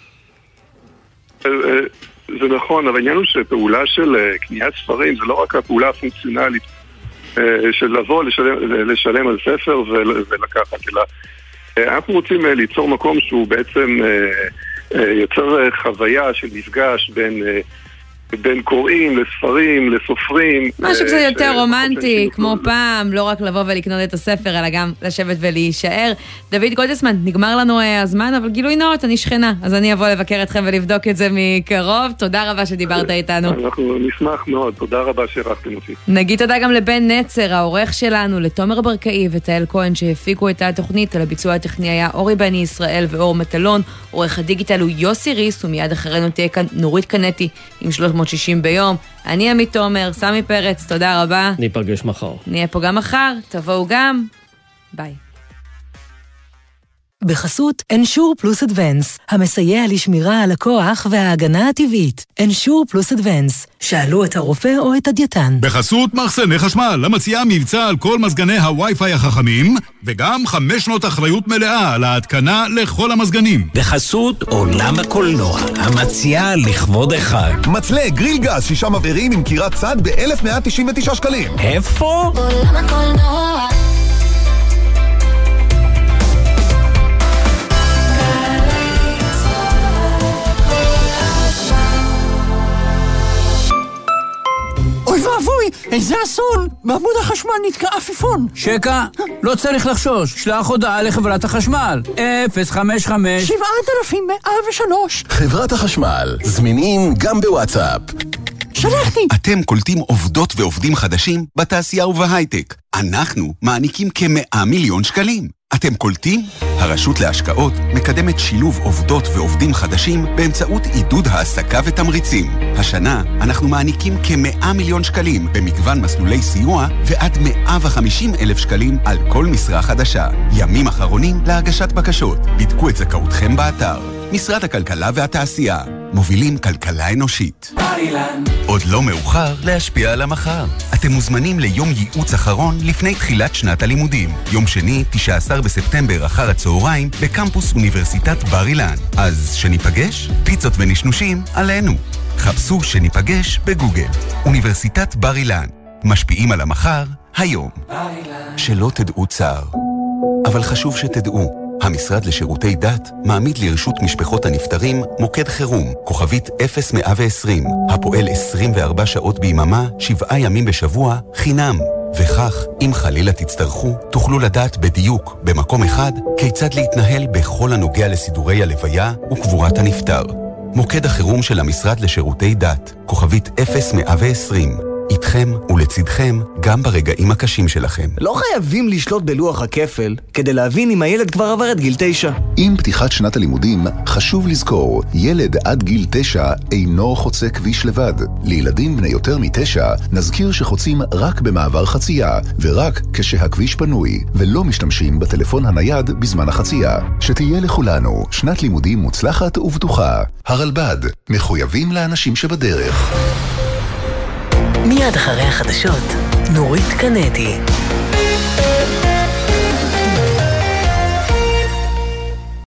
זה נכון, אבל העניין הוא שפעולה של קניית ספרים זה לא רק הפעולה הפונקציונלית של לבוא, לשלם על ספר ולקחת, אלא אנחנו רוצים ליצור מקום שהוא בעצם יוצר חוויה של מפגש בין קוראים, לספרים, לסופרים. משהו קצת יותר רומנטי, כמו פעם, לא רק לבוא ולקנות את הספר, אלא גם לשבת ולהישאר. דוד גוטסמן, נגמר לנו הזמן, אבל גילוי נאות, אני שכנה, אז אני אבוא לבקר אתכם ולבדוק את זה מקרוב. תודה רבה שדיברת איתנו. אנחנו נשמח מאוד, תודה רבה שערכתם אותי. נגיד תודה גם לבן נצר, העורך שלנו, לתומר ברקאי ותאל כהן שהפיקו את התוכנית. על הביצוע הטכני היה אורי בני ישראל ואור מטלון, עורך הדיגיטל הוא יוסי ריס, ומיד אחרינו תהיה כאן נורית קנטי עם 360 ביום. אני עמית תומר, סמי פרץ, תודה רבה. ניפגש מחר. נהיה פה גם מחר, תבואו גם. ביי. בחסות אנשור פלוס אדוונס, המסייע לשמירה על הכוח וההגנה הטבעית. אנשור פלוס אדוונס, שאלו את הרופא או את הדייטן. בחסות מחסני חשמל, המציעה מבצע על כל מזגני הווי-פיי החכמים, וגם 5 שנות אחריות מלאה על ההתקנה לכל המזגנים. בחסות עולם הקולנוע, המציעה לכבוד החג. מצלה גריל גז 6 מבערים עם קירת צד ב-1,199 שקלים. איפה? עולם הקולנוע. אוי ואבוי, איזה אסון! בעמוד החשמל נתקע עפיפון. שקע, לא צריך לחשוש. שלח הודעה לחברת החשמל. 055 7103. חברת החשמל, זמינים גם בוואטסאפ. שלחתי. אתם קולטים עובדות ועובדים חדשים בתעשייה ובהייטק. אנחנו מעניקים כ100 מיליון שקלים. אתם קולטים? הרשות להשקעות מקדמת שילוב עובדות ועובדים חדשים באמצעות עידוד העסקה ותמריצים. השנה אנחנו מעניקים כ100 מיליון שקלים במגוון מסלולי סיוע ועד 150,000 שקלים על כל משרה חדשה. ימים אחרונים להגשת בקשות. בדקו את זכאותכם באתר. משרד הכלכלה והתעשייה. מובילים כלכלה אנושית. עוד לא מאוחר להשפיע על המחר. אתם מוזמנים ליום ייעוץ אחרון לפני תחילת שנת הלימודים. יום שני, 19 בספטמבר אחר הצהריים, בקמפוס אוניברסיטת בר אילן. אז שניפגש? פיצות ונשנושים עלינו. חפשו שניפגש בגוגל. אוניברסיטת בר אילן. משפיעים על המחר היום. שלא תדעו צער. אבל חשוב שתדעו. המשרד לשירותי דת מעמיד לרשות משפחות הנפטרים מוקד חירום, כוכבית 0120, הפועל 24 שעות ביממה, 7 ימים בשבוע, חינם. וכך, אם חלילה תצטרכו, תוכלו לדעת בדיוק, במקום אחד, כיצד להתנהל בכל הנוגע לסידורי הלוויה וקבורת הנפטר. מוקד החירום של המשרד לשירותי דת, כוכבית 0120. איתכם ולצידכם גם ברגעים הקשים שלכם. לא חייבים לשלוט בלוח הכפל כדי להבין אם הילד כבר עבר את גיל 9. עם פתיחת שנת הלימודים חשוב לזכור, ילד עד גיל 9 אינו חוצה כביש לבד. לילדים בני יותר מ9 נזכיר שחוצים רק במעבר חצייה ורק כשהכביש פנוי, ולא משתמשים בטלפון הנייד בזמן החצייה. שתהיה לכולנו שנת לימודים מוצלחת ובטוחה. הרלב"ד, מחויבים לאנשים שבדרך. מיד אחרי החדשות, נורית קנדי.